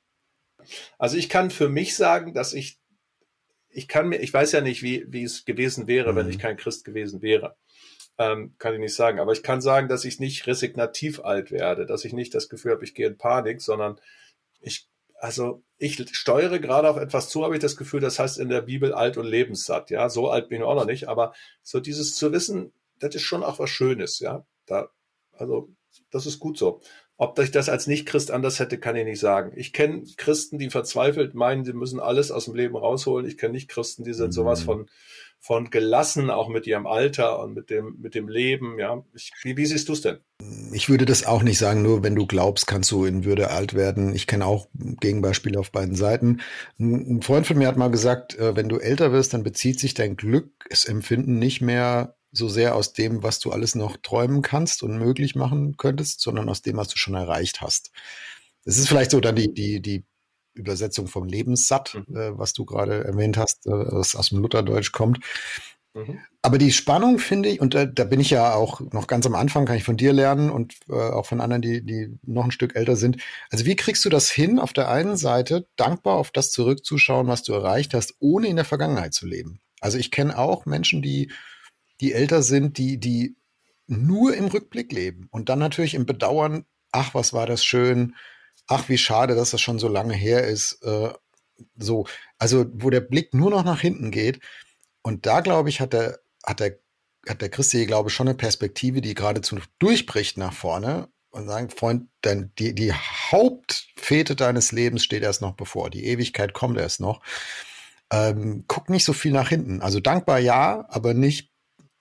Speaker 2: Also ich kann für mich sagen, dass ich, ich kann mir, ich weiß ja nicht, wie, wie es gewesen wäre, mhm. wenn ich kein Christ gewesen wäre. Ähm, kann ich nicht sagen. Aber ich kann sagen, dass ich nicht resignativ alt werde, dass ich nicht das Gefühl habe, ich gehe in Panik, sondern ich, also ich steuere gerade auf etwas zu, habe ich das Gefühl, das heißt in der Bibel alt und lebenssatt. Ja, so alt bin ich auch noch nicht, aber so dieses zu wissen, das ist schon auch was Schönes. Ja, da, also das ist gut so. Ob ich das als Nicht-Christ anders hätte, kann ich nicht sagen. Ich kenne Christen, die verzweifelt meinen, sie müssen alles aus dem Leben rausholen. Ich kenne Nicht-Christen, die sind sowas von von gelassen, auch mit ihrem Alter und mit dem mit dem Leben. Ja, ich, wie, wie siehst du es denn?
Speaker 1: Ich würde das auch nicht sagen, nur wenn du glaubst, kannst du in Würde alt werden. Ich kenne auch Gegenbeispiele auf beiden Seiten. Ein Freund von mir hat mal gesagt, wenn du älter wirst, dann bezieht sich dein Glücksempfinden nicht mehr so sehr aus dem, was du alles noch träumen kannst und möglich machen könntest, sondern aus dem, was du schon erreicht hast. Es ist vielleicht so dann die, die, die Übersetzung vom Lebenssatt, mhm. äh, was du gerade erwähnt hast, äh, was aus dem Lutherdeutsch kommt. Mhm. Aber die Spannung finde ich, und da, da bin ich ja auch noch ganz am Anfang, kann ich von dir lernen und äh, auch von anderen, die, die noch ein Stück älter sind. Also wie kriegst du das hin, auf der einen Seite dankbar auf das zurückzuschauen, was du erreicht hast, ohne in der Vergangenheit zu leben? Also ich kenne auch Menschen, die die älter sind, die, die nur im Rückblick leben und dann natürlich im Bedauern, ach, was war das schön, ach, wie schade, dass das schon so lange her ist, äh, so, also wo der Blick nur noch nach hinten geht und da, glaube ich, hat der, hat der, hat der christliche Glaube schon eine Perspektive, die geradezu durchbricht nach vorne und sagen, Freund, denn die, die Hauptfete deines Lebens steht erst noch bevor, die Ewigkeit kommt erst noch. Ähm, guck nicht so viel nach hinten, also dankbar ja, aber nicht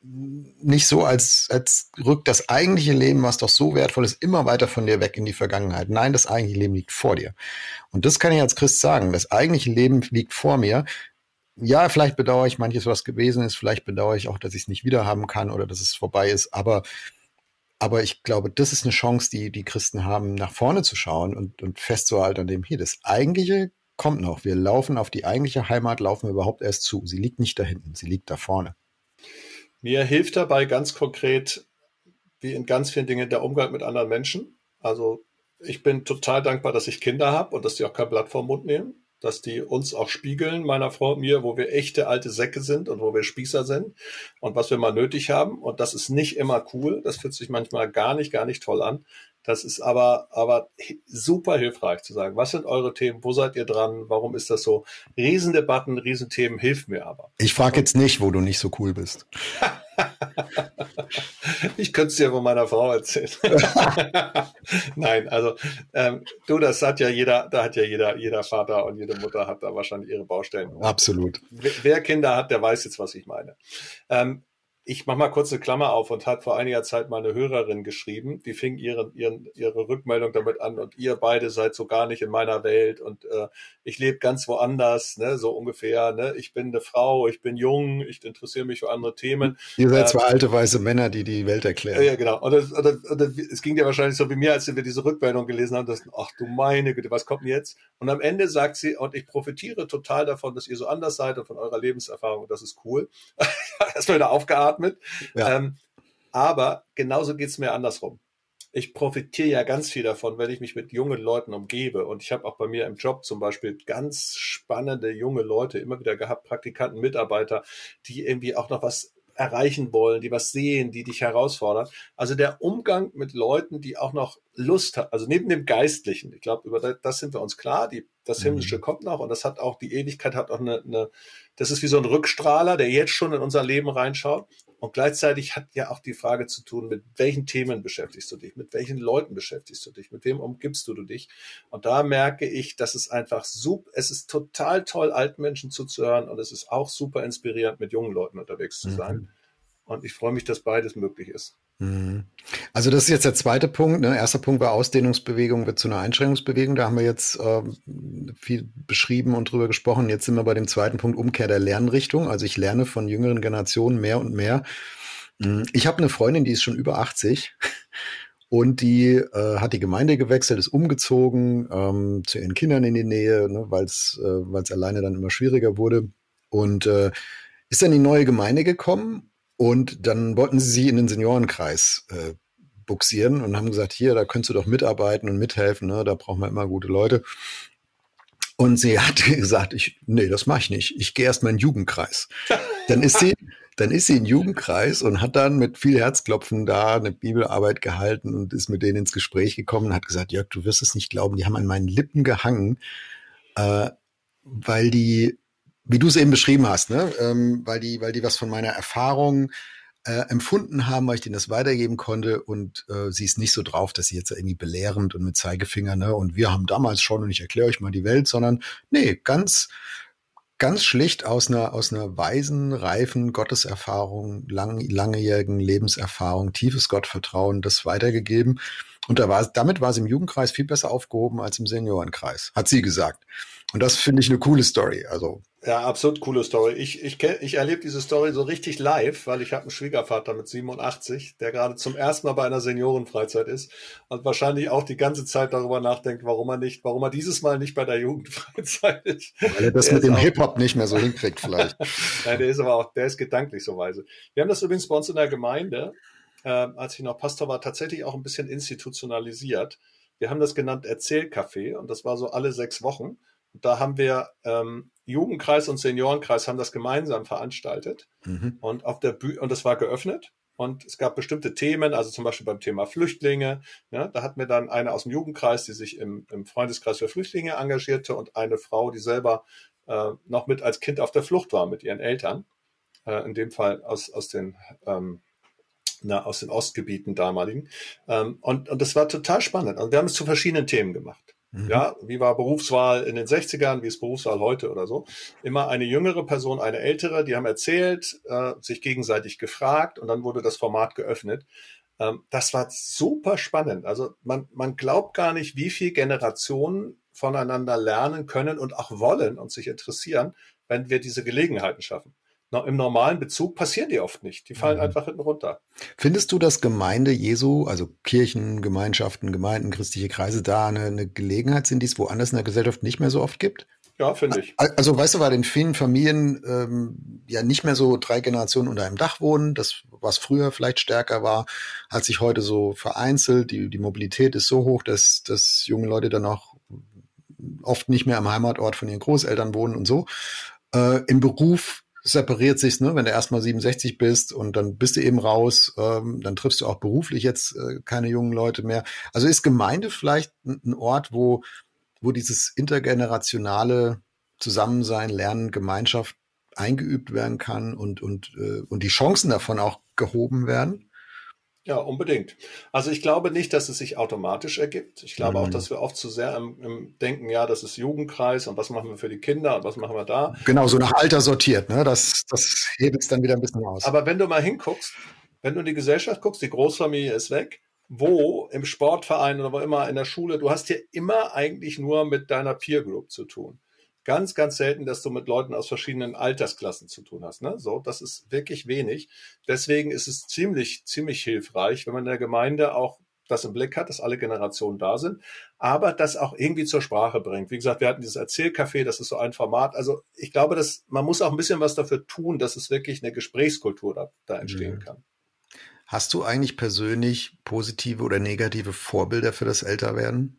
Speaker 1: nicht so, als, als rückt das eigentliche Leben, was doch so wertvoll ist, immer weiter von dir weg in die Vergangenheit. Nein, das eigentliche Leben liegt vor dir. Und das kann ich als Christ sagen. Das eigentliche Leben liegt vor mir. Ja, vielleicht bedauere ich manches, was gewesen ist. Vielleicht bedauere ich auch, dass ich es nicht wiederhaben kann oder dass es vorbei ist. Aber, aber ich glaube, das ist eine Chance, die die Christen haben, nach vorne zu schauen und, und festzuhalten an dem, hier, das Eigentliche kommt noch. Wir laufen auf die eigentliche Heimat, laufen wir überhaupt erst zu. Sie liegt nicht da hinten, sie liegt da vorne.
Speaker 2: Mir hilft dabei ganz konkret, wie in ganz vielen Dingen, der Umgang mit anderen Menschen. Also ich bin total dankbar, dass ich Kinder habe und dass die auch kein Blatt vom Mund nehmen, dass die uns auch spiegeln, meiner Frau und mir, wo wir echte alte Säcke sind und wo wir Spießer sind und was wir mal nötig haben. Und das ist nicht immer cool. Das fühlt sich manchmal gar nicht, gar nicht toll an. Das ist aber, aber super hilfreich zu sagen, was sind eure Themen, wo seid ihr dran, warum ist das so? Riesendebatten, Riesenthemen, hilft mir aber.
Speaker 1: Ich frage jetzt nicht, wo du nicht so cool bist.
Speaker 2: Ich könnte es dir von meiner Frau erzählen. Nein, also ähm, du, das hat ja jeder, da hat ja jeder, jeder Vater und jede Mutter hat da wahrscheinlich ihre Baustellen.
Speaker 1: Absolut.
Speaker 2: Wer, wer Kinder hat, der weiß jetzt, was ich meine. Ähm, Ich mache mal kurz eine Klammer auf und hat vor einiger Zeit mal eine Hörerin geschrieben, die fing ihren, ihren, ihre Rückmeldung damit an und ihr beide seid so gar nicht in meiner Welt und äh, ich lebe ganz woanders, ne, so ungefähr. Ne? Ich bin eine Frau, ich bin jung, ich interessiere mich für andere Themen.
Speaker 1: Ihr seid
Speaker 2: äh,
Speaker 1: zwei alte weiße Männer, die die Welt erklären.
Speaker 2: Ja, genau. Und, das, und, das, und das, es ging dir wahrscheinlich so wie mir, als wir diese Rückmeldung gelesen haben, dass, ach du meine Güte, was kommt denn jetzt? Und am Ende sagt sie, und ich profitiere total davon, dass ihr so anders seid und von eurer Lebenserfahrung und das ist cool. Erstmal wieder aufgeatmet.
Speaker 1: Ja.
Speaker 2: Ähm, aber genauso geht's mir andersrum. Ich profitiere ja ganz viel davon, wenn ich mich mit jungen Leuten umgebe. Und ich habe auch bei mir im Job zum Beispiel ganz spannende junge Leute immer wieder gehabt, Praktikanten, Mitarbeiter, die irgendwie auch noch was erreichen wollen, die was sehen, die dich herausfordern. Also der Umgang mit Leuten, die auch noch Lust haben, also neben dem Geistlichen, ich glaube, über das, das sind wir uns klar, die, das Himmlische mhm. kommt noch und das hat auch, die Ewigkeit hat auch eine, eine, das ist wie so ein Rückstrahler, der jetzt schon in unser Leben reinschaut. Und gleichzeitig hat ja auch die Frage zu tun, mit welchen Themen beschäftigst du dich, mit welchen Leuten beschäftigst du dich, mit wem umgibst du dich. Und da merke ich, dass es einfach super, es ist total toll, alten Menschen zuzuhören und es ist auch super inspirierend, mit jungen Leuten unterwegs zu sein. Mhm. Und ich freue mich, dass beides möglich ist.
Speaker 1: Also das ist jetzt der zweite Punkt. Ne? Erster Punkt war Ausdehnungsbewegung wird zu einer Einschränkungsbewegung. Da haben wir jetzt äh, viel beschrieben und drüber gesprochen. Jetzt sind wir bei dem zweiten Punkt, Umkehr der Lernrichtung. Also ich lerne von jüngeren Generationen mehr und mehr. Ich habe eine Freundin, die ist schon über achtzig und die äh, hat die Gemeinde gewechselt, ist umgezogen ähm, zu ihren Kindern in die Nähe, ne? weil es äh, weil es alleine dann immer schwieriger wurde und äh, ist dann in die neue Gemeinde gekommen. Und dann wollten sie sie in den Seniorenkreis äh, buxieren und haben gesagt, hier, da könntest du doch mitarbeiten und mithelfen, ne? Da brauchen wir immer gute Leute. Und sie hat gesagt, ich, nee, das mache ich nicht. Ich gehe erst mal in den Jugendkreis. Dann ist sie, dann ist sie in den Jugendkreis und hat dann mit viel Herzklopfen da eine Bibelarbeit gehalten und ist mit denen ins Gespräch gekommen und hat gesagt, Jörg, du wirst es nicht glauben, die haben an meinen Lippen gehangen, äh, weil die wie du es eben beschrieben hast, ne, ähm, weil die, weil die was von meiner Erfahrung äh, empfunden haben, weil ich denen das weitergeben konnte und äh, sie ist nicht so drauf, dass sie jetzt irgendwie belehrend und mit Zeigefinger, ne, und wir haben damals schon und ich erkläre euch mal die Welt, sondern nee, ganz, ganz schlicht aus einer, aus einer weisen, reifen Gotteserfahrung, lang, langjährigen Lebenserfahrung, tiefes Gottvertrauen, das weitergegeben. Und da war, damit war sie im Jugendkreis viel besser aufgehoben als im Seniorenkreis, hat sie gesagt. Und das finde ich eine coole Story. Also
Speaker 2: ja, absolut coole Story. Ich, ich, ich erlebe diese Story so richtig live, weil ich habe einen Schwiegervater mit siebenundachtzig, der gerade zum ersten Mal bei einer Seniorenfreizeit ist und wahrscheinlich auch die ganze Zeit darüber nachdenkt, warum er nicht, warum er dieses Mal nicht bei der Jugendfreizeit ist.
Speaker 1: Weil er das der mit dem Hip-Hop nicht mehr so hinkriegt vielleicht.
Speaker 2: Nein, der ist aber auch, der ist gedanklich so weise. Wir haben das übrigens bei uns in der Gemeinde, äh, als ich noch Pastor war, tatsächlich auch ein bisschen institutionalisiert. Wir haben das genannt Erzählcafé und das war so alle sechs Wochen. Und da haben wir ähm, Jugendkreis und Seniorenkreis haben das gemeinsam veranstaltet mhm. und auf der Bühne und das war geöffnet und es gab bestimmte Themen, also zum Beispiel beim Thema Flüchtlinge. Ja, da hatten wir dann eine aus dem Jugendkreis, die sich im, im Freundeskreis für Flüchtlinge engagierte und eine Frau, die selber äh, noch mit als Kind auf der Flucht war mit ihren Eltern, äh, in dem Fall aus aus den ähm, na, aus den Ostgebieten damaligen. Ähm, und und das war total spannend und wir haben es zu verschiedenen Themen gemacht.
Speaker 1: Mhm.
Speaker 2: Ja, wie war Berufswahl in den sechzigern, wie ist Berufswahl heute oder so? Immer eine jüngere Person, eine ältere, die haben erzählt, äh, sich gegenseitig gefragt und dann wurde das Format geöffnet. Ähm, das war super spannend. Also man, man glaubt gar nicht, wie viel Generationen voneinander lernen können und auch wollen und sich interessieren, wenn wir diese Gelegenheiten schaffen. No, im normalen Bezug passieren die oft nicht. Die fallen
Speaker 1: Mhm.
Speaker 2: einfach hinten runter.
Speaker 1: Findest du, dass Gemeinde Jesu, also Kirchen, Gemeinschaften, Gemeinden, christliche Kreise, da eine, eine Gelegenheit sind, die es woanders in der Gesellschaft nicht mehr so oft gibt?
Speaker 2: Ja, finde ich.
Speaker 1: Also, weißt du, weil in vielen Familien ähm, ja nicht mehr so drei Generationen unter einem Dach wohnen, das, was früher vielleicht stärker war, hat sich heute so vereinzelt. Die, die Mobilität ist so hoch, dass, dass junge Leute dann auch oft nicht mehr am Heimatort von ihren Großeltern wohnen und so. Äh, im Beruf separiert sich's, ne? Wenn du erst mal siebenundsechzig bist und dann bist du eben raus, ähm, dann triffst du auch beruflich jetzt äh, keine jungen Leute mehr. Also ist Gemeinde vielleicht ein, ein Ort, wo, wo dieses intergenerationale Zusammensein, Lernen, Gemeinschaft eingeübt werden kann und, und, äh, und die Chancen davon auch gehoben werden?
Speaker 2: Ja, unbedingt. Also ich glaube nicht, dass es sich automatisch ergibt. Ich glaube auch,
Speaker 1: Mhm.
Speaker 2: dass wir oft zu sehr im, im Denken, ja, das ist Jugendkreis und was machen wir für die Kinder und was machen wir da.
Speaker 1: Genau, so nach Alter sortiert, ne? Das, das hebelt es dann wieder ein bisschen aus.
Speaker 2: Aber wenn du mal hinguckst, wenn du in die Gesellschaft guckst, die Großfamilie ist weg, wo im Sportverein oder wo immer in der Schule, du hast hier immer eigentlich nur mit deiner Peer Group zu tun. Ganz, ganz selten, dass du mit Leuten aus verschiedenen Altersklassen zu tun hast. Ne? So, das ist wirklich wenig. Deswegen ist es ziemlich, ziemlich hilfreich, wenn man in der Gemeinde auch das im Blick hat, dass alle Generationen da sind, aber das auch irgendwie zur Sprache bringt. Wie gesagt, wir hatten dieses Erzählcafé, das ist so ein Format. Also ich glaube, dass man muss auch ein bisschen was dafür tun, dass es wirklich eine Gesprächskultur da, da entstehen
Speaker 1: Mhm.
Speaker 2: kann.
Speaker 1: Hast du eigentlich persönlich positive oder negative Vorbilder für das Älterwerden?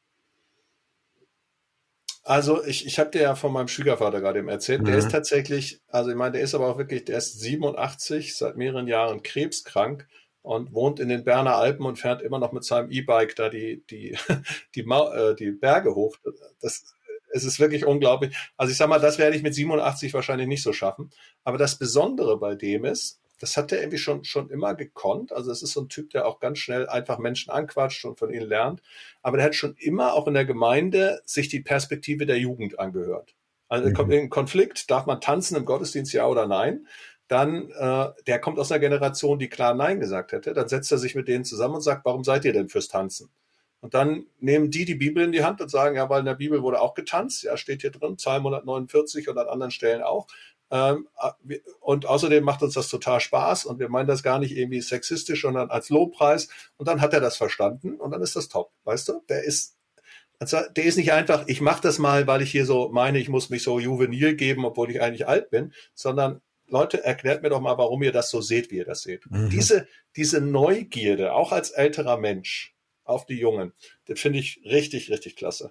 Speaker 2: Also ich, ich habe dir ja von meinem Schwiegervater gerade eben erzählt. Der ist
Speaker 1: Mhm.
Speaker 2: tatsächlich, also ich meine, der ist aber auch wirklich, der ist siebenundachtzig, seit mehreren Jahren krebskrank und wohnt in den Berner Alpen und fährt immer noch mit seinem E-Bike da die, die, die, Mau äh, die Berge hoch. Das, es ist wirklich unglaublich. Also ich sag mal, das werde ich mit siebenundachtzig wahrscheinlich nicht so schaffen. Aber das Besondere bei dem ist, das hat er irgendwie schon, schon immer gekonnt. Also es ist so ein Typ, der auch ganz schnell einfach Menschen anquatscht und von ihnen lernt. Aber der hat schon immer auch in der Gemeinde sich die Perspektive der Jugend angehört. Also kommt
Speaker 1: Mhm.
Speaker 2: irgendein Konflikt, darf man tanzen im Gottesdienst, ja oder nein? Dann, äh, der kommt aus einer Generation, die klar Nein gesagt hätte. Dann setzt er sich mit denen zusammen und sagt, warum seid ihr denn fürs Tanzen? Und dann nehmen die die Bibel in die Hand und sagen, ja, weil in der Bibel wurde auch getanzt, ja, steht hier drin, Psalm hundertneunundvierzig und an anderen Stellen auch. Ähm, und außerdem macht uns das total Spaß und wir meinen das gar nicht irgendwie sexistisch, sondern als Lobpreis. Und dann hat er das verstanden und dann ist das top, weißt du? Der ist, also der ist nicht einfach, ich mache das mal, weil ich hier so meine, ich muss mich so juvenil geben, obwohl ich eigentlich alt bin, sondern Leute, erklärt mir doch mal, warum ihr das so seht, wie ihr das seht. Und
Speaker 1: Mhm.
Speaker 2: diese, diese Neugierde, auch als älterer Mensch, auf die Jungen, das finde ich richtig, richtig klasse.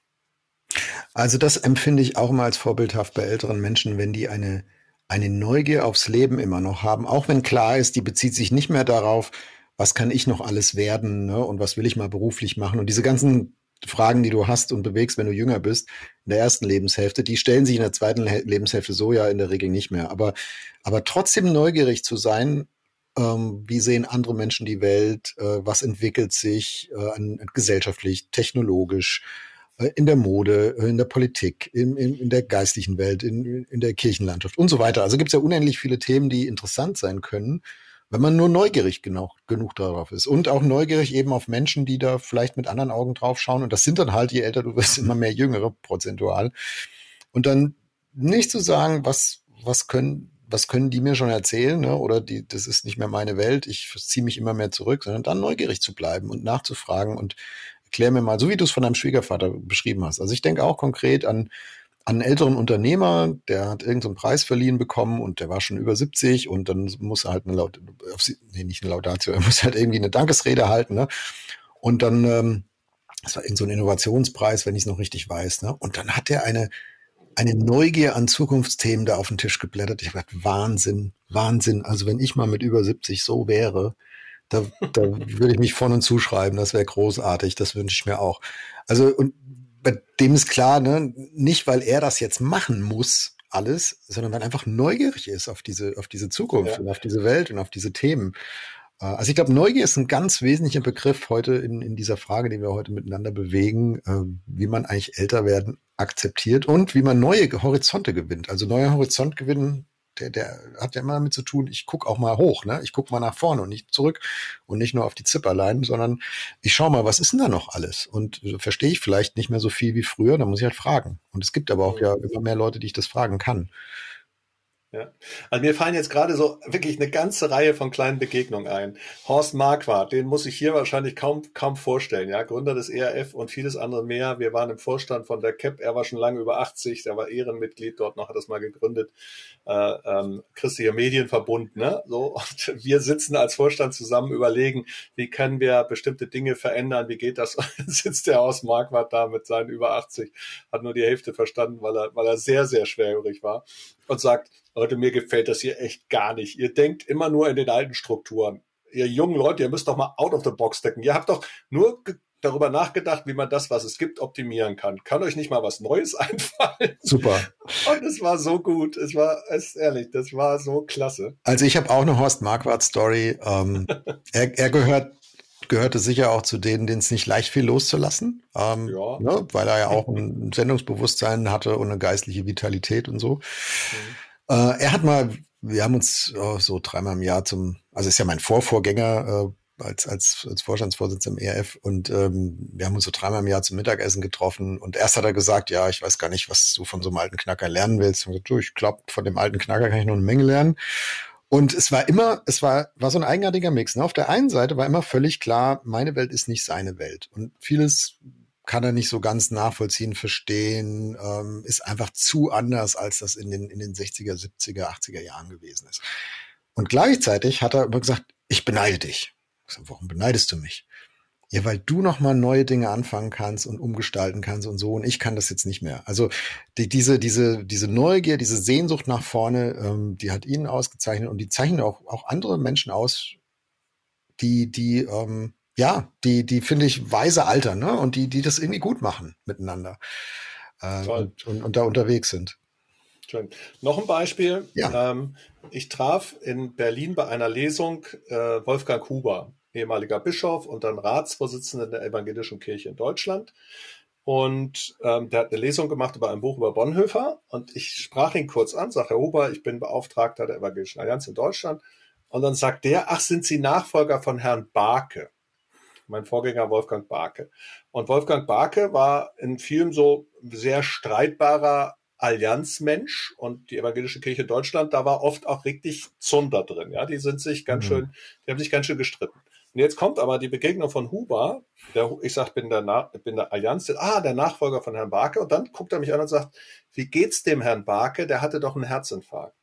Speaker 1: Also das empfinde ich auch immer als vorbildhaft bei älteren Menschen, wenn die eine, eine Neugier aufs Leben immer noch haben, auch wenn klar ist, die bezieht sich nicht mehr darauf, was kann ich noch alles werden, ne, und was will ich mal beruflich machen. Und diese ganzen Fragen, die du hast und bewegst, wenn du jünger bist, in der ersten Lebenshälfte, die stellen sich in der zweiten Le- Lebenshälfte so ja in der Regel nicht mehr. Aber, aber trotzdem neugierig zu sein, ähm, wie sehen andere Menschen die Welt, äh, was entwickelt sich äh, an, gesellschaftlich, technologisch, äh, in der Mode, äh, in der Politik, in, in, in der geistlichen Welt, in, in der Kirchenlandschaft und so weiter. Also gibt es ja unendlich viele Themen, die interessant sein können, wenn man nur neugierig genug, genug darauf ist. Und auch neugierig eben auf Menschen, die da vielleicht mit anderen Augen drauf schauen. Und das sind dann halt, je älter du wirst, immer mehr Jüngere prozentual. Und dann nicht zu sagen, was, was können, was können die mir schon erzählen, ne? Oder die, das ist nicht mehr meine Welt, ich ziehe mich immer mehr zurück, sondern dann neugierig zu bleiben und nachzufragen und erklär mir mal, so wie du es von deinem Schwiegervater beschrieben hast. Also ich denke auch konkret an, an einen älteren Unternehmer, der hat irgendeinen Preis verliehen bekommen und der war schon über siebzig und dann muss er halt eine Laut, nee, nicht eine Laudatio, er muss halt irgendwie eine Dankesrede halten, ne? Und dann, ähm, das war irgend so ein Innovationspreis, wenn ich es noch richtig weiß, ne? Und dann hat er eine, eine Neugier an Zukunftsthemen da auf den Tisch geblättert. Ich habe gedacht, Wahnsinn, Wahnsinn. Also wenn ich mal mit über siebzig so wäre, da, da würde ich mich von und zuschreiben. Das wäre großartig. Das wünsche ich mir auch. Also, und bei dem ist klar, ne, nicht weil er das jetzt machen muss, alles, sondern weil er einfach neugierig ist auf diese, auf diese Zukunft
Speaker 2: Ja.
Speaker 1: und auf diese Welt und auf diese Themen. Also ich glaube, Neugier ist ein ganz wesentlicher Begriff heute in, in dieser Frage, die wir heute miteinander bewegen, äh, wie man eigentlich älter werden akzeptiert und wie man neue Horizonte gewinnt. Also neuer Horizont gewinnen, der, der hat ja immer damit zu tun, ich gucke auch mal hoch, ne? Ich gucke mal nach vorne und nicht zurück und nicht nur auf die Zipperlein, sondern ich schaue mal, was ist denn da noch alles? Und äh, verstehe ich vielleicht nicht mehr so viel wie früher, dann muss ich halt fragen. Und es gibt aber auch ja immer mehr Leute, die ich das fragen kann.
Speaker 2: Ja. Also mir fallen jetzt gerade so wirklich eine ganze Reihe von kleinen Begegnungen ein. Horst Marquardt, den muss ich hier wahrscheinlich kaum kaum vorstellen, ja, Gründer des E R F und vieles andere mehr. Wir waren im Vorstand von der C A P, er war schon lange über achtzig, der war Ehrenmitglied dort noch, hat das mal gegründet, äh, ähm, Christlicher Medienverbund, ne, so, und wir sitzen als Vorstand zusammen, überlegen, wie können wir bestimmte Dinge verändern, wie geht das? Sitzt der Horst Marquardt da mit seinen über achtzig, hat nur die Hälfte verstanden, weil er weil er sehr sehr schwerhörig war und sagt: Leute, mir gefällt das hier echt gar nicht. Ihr denkt immer nur in den alten Strukturen. Ihr jungen Leute, ihr müsst doch mal out of the box denken. Ihr habt doch nur ge- darüber nachgedacht, wie man das, was es gibt, optimieren kann. Kann euch nicht mal was Neues einfallen?
Speaker 1: Super.
Speaker 2: Und es war so gut. Es war, es ist ehrlich, das war so klasse.
Speaker 1: Also ich habe auch eine Horst Marquardt-Story. Ähm, er, er gehört gehörte sicher auch zu denen, denen es nicht leicht fiel, loszulassen, ähm,
Speaker 2: Ja.
Speaker 1: ne, weil er ja auch ein Sendungsbewusstsein hatte und eine geistliche Vitalität und so.
Speaker 2: Mhm.
Speaker 1: Äh, er hat mal, wir haben uns oh, so dreimal im Jahr zum, also ist ja mein Vorvorgänger äh, als, als, als Vorstandsvorsitzender im E R F und ähm, wir haben uns so dreimal im Jahr zum Mittagessen getroffen und erst hat er gesagt, ja, ich weiß gar nicht, was du von so einem alten Knacker lernen willst. Und ich, gesagt, ich glaube, von dem alten Knacker kann ich noch eine Menge lernen. Und es war immer, es war, war so ein eigenartiger Mix. Ne? Auf der einen Seite war immer völlig klar, meine Welt ist nicht seine Welt. Und vieles kann er nicht so ganz nachvollziehen, verstehen, ähm, ist einfach zu anders, als das in den, in den sechziger, siebziger, achtziger Jahren gewesen ist. Und gleichzeitig hat er immer gesagt, ich beneide dich. Ich sag, warum beneidest du mich? Ja, weil du noch mal neue Dinge anfangen kannst und umgestalten kannst und so. Und ich kann das jetzt nicht mehr. Also die, diese, diese, diese Neugier, diese Sehnsucht nach vorne, ähm, die hat ihn ausgezeichnet und die zeichnen auch, auch andere Menschen aus, die, die, ähm, ja, die, die finde ich weise altern, ne? Und die, die das irgendwie gut machen miteinander äh, und, und, und da unterwegs sind.
Speaker 2: Schön. Noch ein Beispiel.
Speaker 1: Ja.
Speaker 2: Ähm, ich traf in Berlin bei einer Lesung äh, Wolfgang Huber, ehemaliger Bischof und dann Ratsvorsitzender der Evangelischen Kirche in Deutschland. Und ähm, der hat eine Lesung gemacht über ein Buch über Bonhoeffer. Und ich sprach ihn kurz an, sage, Herr Huber, ich bin Beauftragter der Evangelischen Allianz in Deutschland. Und dann sagt der, ach, sind Sie Nachfolger von Herrn Barke? Mein Vorgänger Wolfgang Barke. Und Wolfgang Barke war in vielem so sehr streitbarer Allianzmensch und die Evangelische Kirche Deutschland, da war oft auch richtig Zunder drin. Ja, die sind sich ganz mhm. schön, die haben sich ganz schön gestritten. Und jetzt kommt aber die Begegnung von Huber, der, ich sag, bin der, Na, bin der Allianz, ah, der Nachfolger von Herrn Barke. Und dann guckt er mich an und sagt, wie geht's dem Herrn Barke? Der hatte doch einen Herzinfarkt.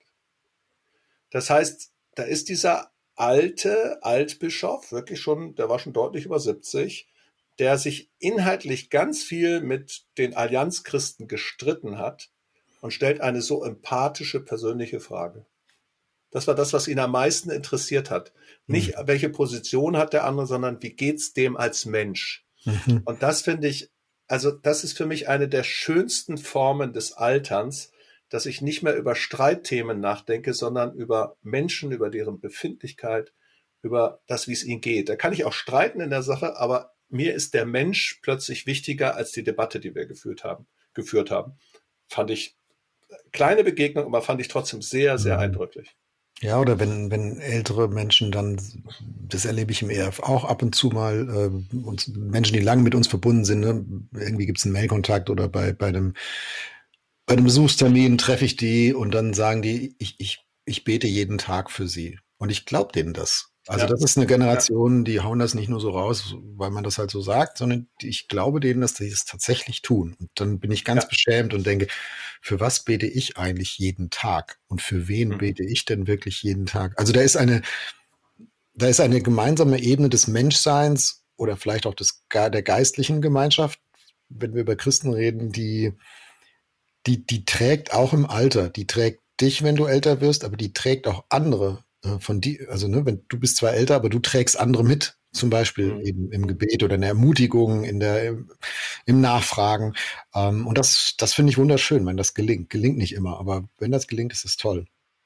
Speaker 2: Das heißt, da ist dieser alte Altbischof, wirklich schon, der war schon deutlich über siebzig, der sich inhaltlich ganz viel mit den Allianzchristen gestritten hat und stellt eine so empathische, persönliche Frage. Das war das, was ihn am meisten interessiert hat. Nicht, mhm. welche Position hat der andere, sondern wie geht's dem als Mensch? Mhm. Und das finde ich, also das ist für mich eine der schönsten Formen des Alterns, dass ich nicht mehr über Streitthemen nachdenke, sondern über Menschen, über deren Befindlichkeit, über das, wie es ihnen geht. Da kann ich auch streiten in der Sache, aber mir ist der Mensch plötzlich wichtiger als die Debatte, die wir geführt haben. Geführt haben. Fand ich kleine Begegnung, aber fand ich trotzdem sehr, sehr mhm. eindrücklich.
Speaker 1: Ja, oder wenn, wenn ältere Menschen dann, das erlebe ich im E R F auch ab und zu mal, äh, uns, Menschen, die lange mit uns verbunden sind, ne? Irgendwie gibt es einen Mailkontakt oder bei, bei einem Bei einem Besuchstermin treffe ich die und dann sagen die, ich, ich, ich bete jeden Tag für sie. Und ich glaube denen das. Also ja. das ist eine Generation, die hauen das nicht nur so raus, weil man das halt so sagt, sondern ich glaube denen, dass die es tatsächlich tun. Und dann bin ich ganz ja. beschämt und denke, für was bete ich eigentlich jeden Tag? Und für wen mhm. bete ich denn wirklich jeden Tag? Also da ist eine, da ist eine gemeinsame Ebene des Menschseins oder vielleicht auch des, der geistlichen Gemeinschaft, wenn wir über Christen reden, die Die, die trägt auch im Alter, die trägt dich, wenn du älter wirst, aber die trägt auch andere äh, von dir. Also, ne, wenn du bist zwar älter, aber du trägst andere mit, zum Beispiel mhm. eben im Gebet oder in der Ermutigung, in der, im, im Nachfragen. Ähm, und das, das finde ich wunderschön, wenn das gelingt. Gelingt nicht immer, aber wenn das gelingt, ist es toll.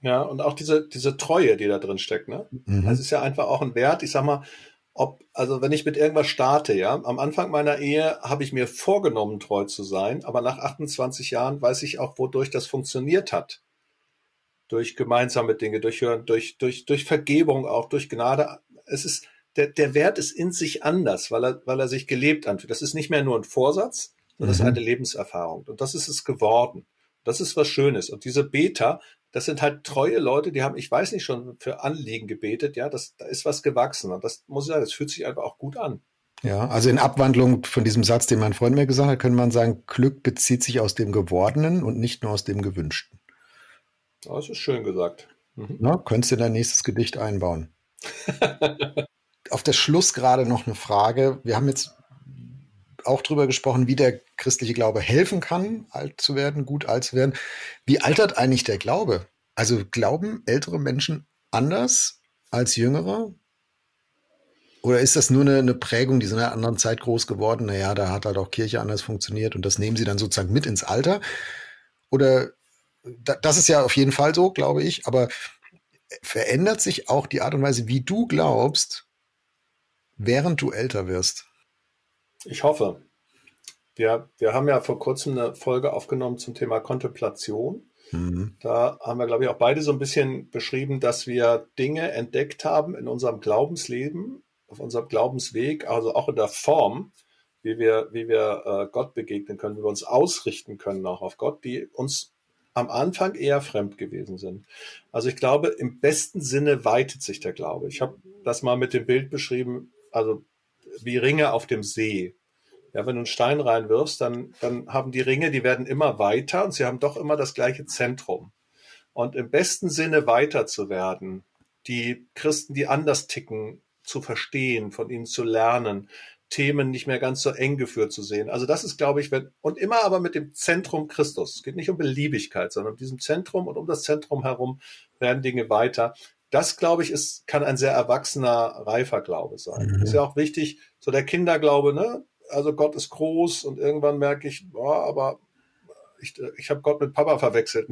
Speaker 2: Ja, und auch diese, diese Treue, die da drin steckt, ne?
Speaker 1: Mhm.
Speaker 2: Das ist ja einfach auch ein Wert. Ich sag mal, ob, also wenn ich mit irgendwas starte, ja, am Anfang meiner Ehe habe ich mir vorgenommen, treu zu sein, aber nach achtundzwanzig Jahren weiß ich auch, wodurch das funktioniert hat. Durch gemeinsame Dinge, durch Hören, durch, durch, durch Vergebung auch, durch Gnade. Es ist, der, der Wert ist in sich anders, weil er, weil er sich gelebt anfühlt. Das ist nicht mehr nur ein Vorsatz, sondern das ist eine
Speaker 1: Mhm.
Speaker 2: Lebenserfahrung. Und das ist es geworden. Das ist was Schönes. Und diese Beter, das sind halt treue Leute, die haben, ich weiß nicht, schon für Anliegen gebetet, ja, das, da ist was gewachsen. Und das muss ich sagen, das fühlt sich einfach auch gut an.
Speaker 1: Ja, also in Abwandlung von diesem Satz, den mein Freund mir gesagt hat, könnte man sagen, Glück bezieht sich aus dem Gewordenen und nicht nur aus dem Gewünschten.
Speaker 2: Das ist schön gesagt. Mhm.
Speaker 1: Na, könntest du in dein nächstes Gedicht einbauen. Auf der Schluss gerade noch eine Frage. Wir haben jetzt auch drüber gesprochen, wie der christliche Glaube helfen kann, alt zu werden, gut alt zu werden. Wie altert eigentlich der Glaube? Also glauben ältere Menschen anders als jüngere? Oder ist das nur eine, eine Prägung, die sind in einer anderen Zeit groß geworden? Naja, da hat halt auch Kirche anders funktioniert und das nehmen sie dann sozusagen mit ins Alter? Oder da, das ist ja auf jeden Fall so, glaube ich, aber verändert sich auch die Art und Weise, wie du glaubst, während du älter wirst?
Speaker 2: Ich hoffe. Wir, wir haben ja vor kurzem eine Folge aufgenommen zum Thema Kontemplation.
Speaker 1: Mhm.
Speaker 2: Da haben wir, glaube ich, auch beide so ein bisschen beschrieben, dass wir Dinge entdeckt haben in unserem Glaubensleben, auf unserem Glaubensweg, also auch in der Form, wie wir, wie wir äh, Gott begegnen können, wie wir uns ausrichten können auch auf Gott, die uns am Anfang eher fremd gewesen sind. Also ich glaube, im besten Sinne weitet sich der Glaube. Ich habe das mal mit dem Bild beschrieben, also wie Ringe auf dem See. Ja, wenn du einen Stein reinwirfst, dann, dann haben die Ringe, die werden immer weiter und sie haben doch immer das gleiche Zentrum. Und im besten Sinne weiter zu werden, die Christen, die anders ticken, zu verstehen, von ihnen zu lernen, Themen nicht mehr ganz so eng geführt zu sehen. Also das ist, glaube ich, wenn, und immer aber mit dem Zentrum Christus. Es geht nicht um Beliebigkeit, sondern um diesem Zentrum und um das Zentrum herum werden Dinge weiter. Das, glaube ich, ist, kann ein sehr erwachsener, reifer Glaube sein.
Speaker 1: Mhm.
Speaker 2: Ist ja auch wichtig, so der Kinderglaube, ne? Also Gott ist groß und irgendwann merke ich, boah, aber ich, ich habe Gott mit Papa verwechselt.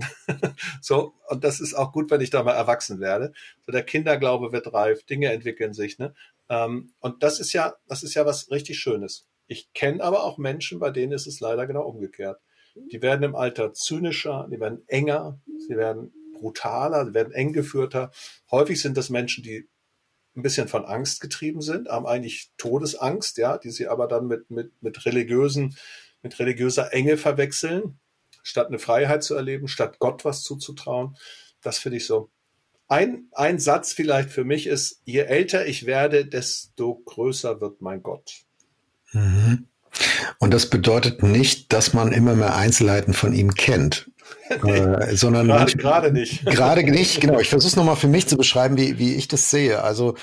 Speaker 2: So, und das ist auch gut, wenn ich da mal erwachsen werde. So der Kinderglaube wird reif, Dinge entwickeln sich, ne? Ähm, und das ist ja, das ist ja was richtig Schönes. Ich kenne aber auch Menschen, bei denen ist es leider genau umgekehrt. Die werden im Alter zynischer, die werden enger, sie werden brutaler, sie werden eng geführter. Häufig sind das Menschen, die ein bisschen von Angst getrieben sind, haben eigentlich Todesangst, ja, die sie aber dann mit, mit, mit religiösen, mit religiöser Enge verwechseln, statt eine Freiheit zu erleben, statt Gott was zuzutrauen. Das finde ich so. Ein, ein Satz vielleicht für mich ist, je älter ich werde, desto größer wird mein Gott.
Speaker 1: Mhm. Und das bedeutet nicht, dass man immer mehr Einzelheiten von ihm kennt.
Speaker 2: Nee,
Speaker 1: äh, sondern
Speaker 2: gerade,
Speaker 1: manchmal,
Speaker 2: gerade nicht.
Speaker 1: Gerade nicht, genau. Ich versuche es nochmal für mich zu beschreiben, wie, wie ich das sehe. Also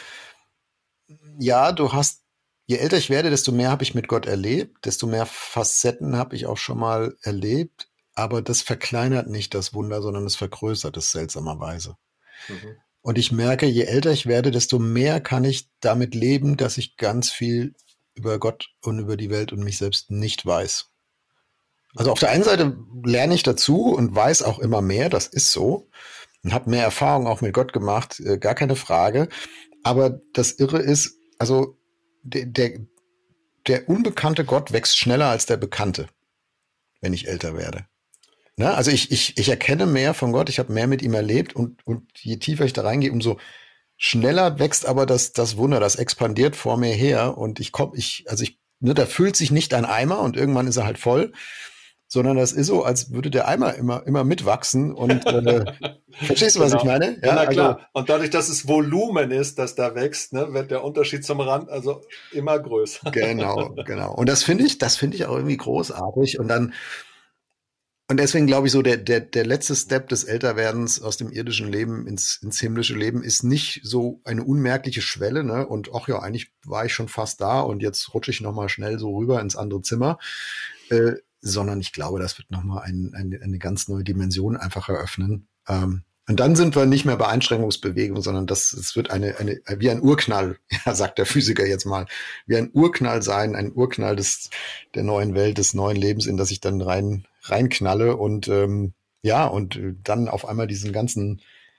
Speaker 1: ja, du hast, je älter ich werde, desto mehr habe ich mit Gott erlebt, desto mehr Facetten habe ich auch schon mal erlebt. Aber das verkleinert nicht das Wunder, sondern es vergrößert es seltsamerweise.
Speaker 2: Mhm.
Speaker 1: Und ich merke, je älter ich werde, desto mehr kann ich damit leben, dass ich ganz viel über Gott und über die Welt und mich selbst nicht weiß. Also auf der einen Seite lerne ich dazu und weiß auch immer mehr, das ist so. Und habe mehr Erfahrung auch mit Gott gemacht, äh, gar keine Frage. Aber das Irre ist, also der, der, der unbekannte Gott wächst schneller als der bekannte, wenn ich älter werde. Ne? Also ich, ich, ich erkenne mehr von Gott, ich habe mehr mit ihm erlebt und, und je tiefer ich da reingehe, umso schneller wächst aber das, das Wunder, das expandiert vor mir her und ich komme, ich, also ich, ne, da füllt sich nicht ein Eimer und irgendwann ist er halt voll, sondern das ist so, als würde der Eimer immer, immer mitwachsen und äh, verstehst du, was
Speaker 2: Genau.
Speaker 1: ich meine?
Speaker 2: Ja, na klar.
Speaker 1: Also,
Speaker 2: Und dadurch, dass es Volumen ist, das da wächst, ne, wird der Unterschied zum Rand also immer größer.
Speaker 1: genau, genau. Und das finde ich, das finde ich auch irgendwie großartig. Und dann, und deswegen glaube ich so, der, der, der letzte Step des Älterwerdens aus dem irdischen Leben ins, ins himmlische Leben ist nicht so eine unmerkliche Schwelle, ne? Und ach ja, eigentlich war ich schon fast da und jetzt rutsche ich nochmal schnell so rüber ins andere Zimmer. Äh, sondern ich glaube, das wird nochmal ein, ein, eine ganz neue Dimension einfach eröffnen. Ähm, und dann sind wir nicht mehr bei Einschränkungsbewegung, sondern das, es wird eine, eine, wie ein Urknall, ja, sagt der Physiker jetzt mal, wie ein Urknall sein, ein Urknall des, der neuen Welt, des neuen Lebens, in das ich dann rein, reinknalle und, ähm, ja, und dann auf einmal diesen ganzen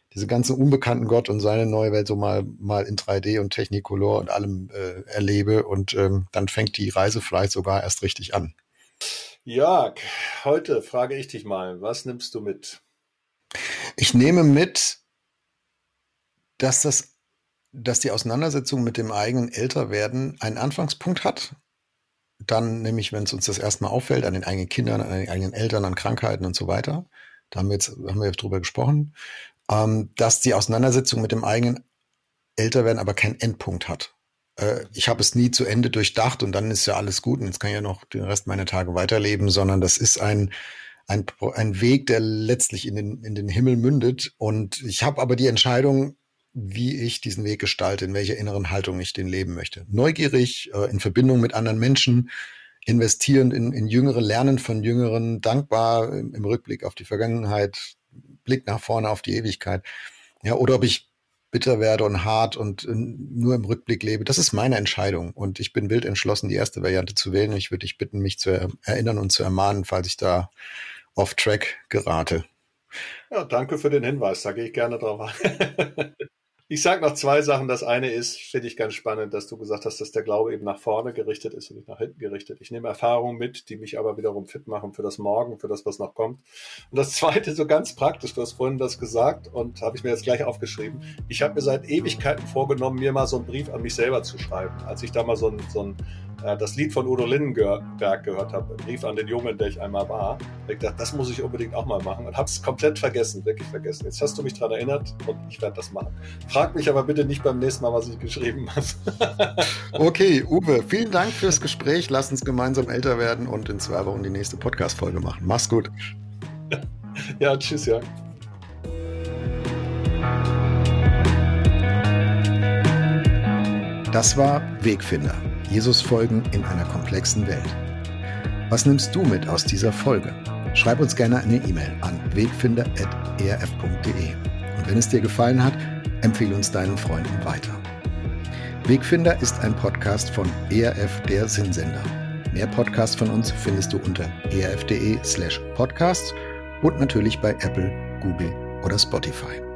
Speaker 1: diese ganze unbekannten Gott und seine neue Welt so mal, mal in drei D und Technicolor und allem äh, erlebe. Und ähm, dann fängt die Reise vielleicht sogar erst richtig an.
Speaker 2: Jörg, heute frage ich dich mal, was nimmst du mit?
Speaker 1: Ich nehme mit, dass das, dass die Auseinandersetzung mit dem eigenen Älterwerden einen Anfangspunkt hat. Dann nämlich, wenn es uns das erstmal auffällt, an den eigenen Kindern, an den eigenen Eltern, an Krankheiten und so weiter. Da haben wir jetzt, haben wir jetzt drüber gesprochen. Ähm, dass die Auseinandersetzung mit dem eigenen Älterwerden aber keinen Endpunkt hat. Äh, ich habe es nie zu Ende durchdacht und dann ist ja alles gut und jetzt kann ich ja noch den Rest meiner Tage weiterleben, sondern das ist ein, ein, ein Weg, der letztlich in den, in den Himmel mündet. Und ich habe aber die Entscheidung, wie ich diesen Weg gestalte, in welcher inneren Haltung ich den leben möchte. Neugierig, äh, in Verbindung mit anderen Menschen, investierend in, in Jüngere, lernen von Jüngeren, dankbar im, im Rückblick auf die Vergangenheit, Blick nach vorne auf die Ewigkeit. Ja, oder ob ich bitter werde und hart und äh, nur im Rückblick lebe, das ist meine Entscheidung. Und ich bin wild entschlossen, die erste Variante zu wählen. Ich würde dich bitten, mich zu er- erinnern und zu ermahnen, falls ich da off track gerate.
Speaker 2: Ja, danke für den Hinweis, da gehe ich gerne drauf ein. Ich sage noch zwei Sachen. Das eine ist, finde ich ganz spannend, dass du gesagt hast, dass der Glaube eben nach vorne gerichtet ist und nicht nach hinten gerichtet. Ich nehme Erfahrungen mit, die mich aber wiederum fit machen für das Morgen, für das, was noch kommt. Und das zweite, so ganz praktisch, du hast vorhin das gesagt und habe ich mir jetzt gleich aufgeschrieben. Ich habe mir seit Ewigkeiten vorgenommen, mir mal so einen Brief an mich selber zu schreiben. Als ich da mal so ein, so ein äh, das Lied von Udo Lindenberg gehört habe, Brief an den Jungen, der ich einmal war, habe ich gedacht, das muss ich unbedingt auch mal machen und habe es komplett vergessen, wirklich vergessen. Jetzt hast du mich daran erinnert und ich werde das machen. Frag mich aber bitte nicht beim nächsten Mal, was ich geschrieben habe.
Speaker 1: Okay, Uwe, vielen Dank fürs Gespräch. Lass uns gemeinsam älter werden und in zwei Wochen die nächste Podcast-Folge machen. Mach's gut.
Speaker 2: Ja, tschüss, ja.
Speaker 1: Das war Wegfinder. Jesus folgen in einer komplexen Welt. Was nimmst du mit aus dieser Folge? Schreib uns gerne eine E-Mail an wegfinder at e r f punkt d e. Und wenn es dir gefallen hat, empfehle uns deinen Freunden weiter. Wegfinder ist ein Podcast von E R F, der Sinnsender. Mehr Podcasts von uns findest du unter e r f punkt d e slash podcasts und natürlich bei Apple, Google oder Spotify.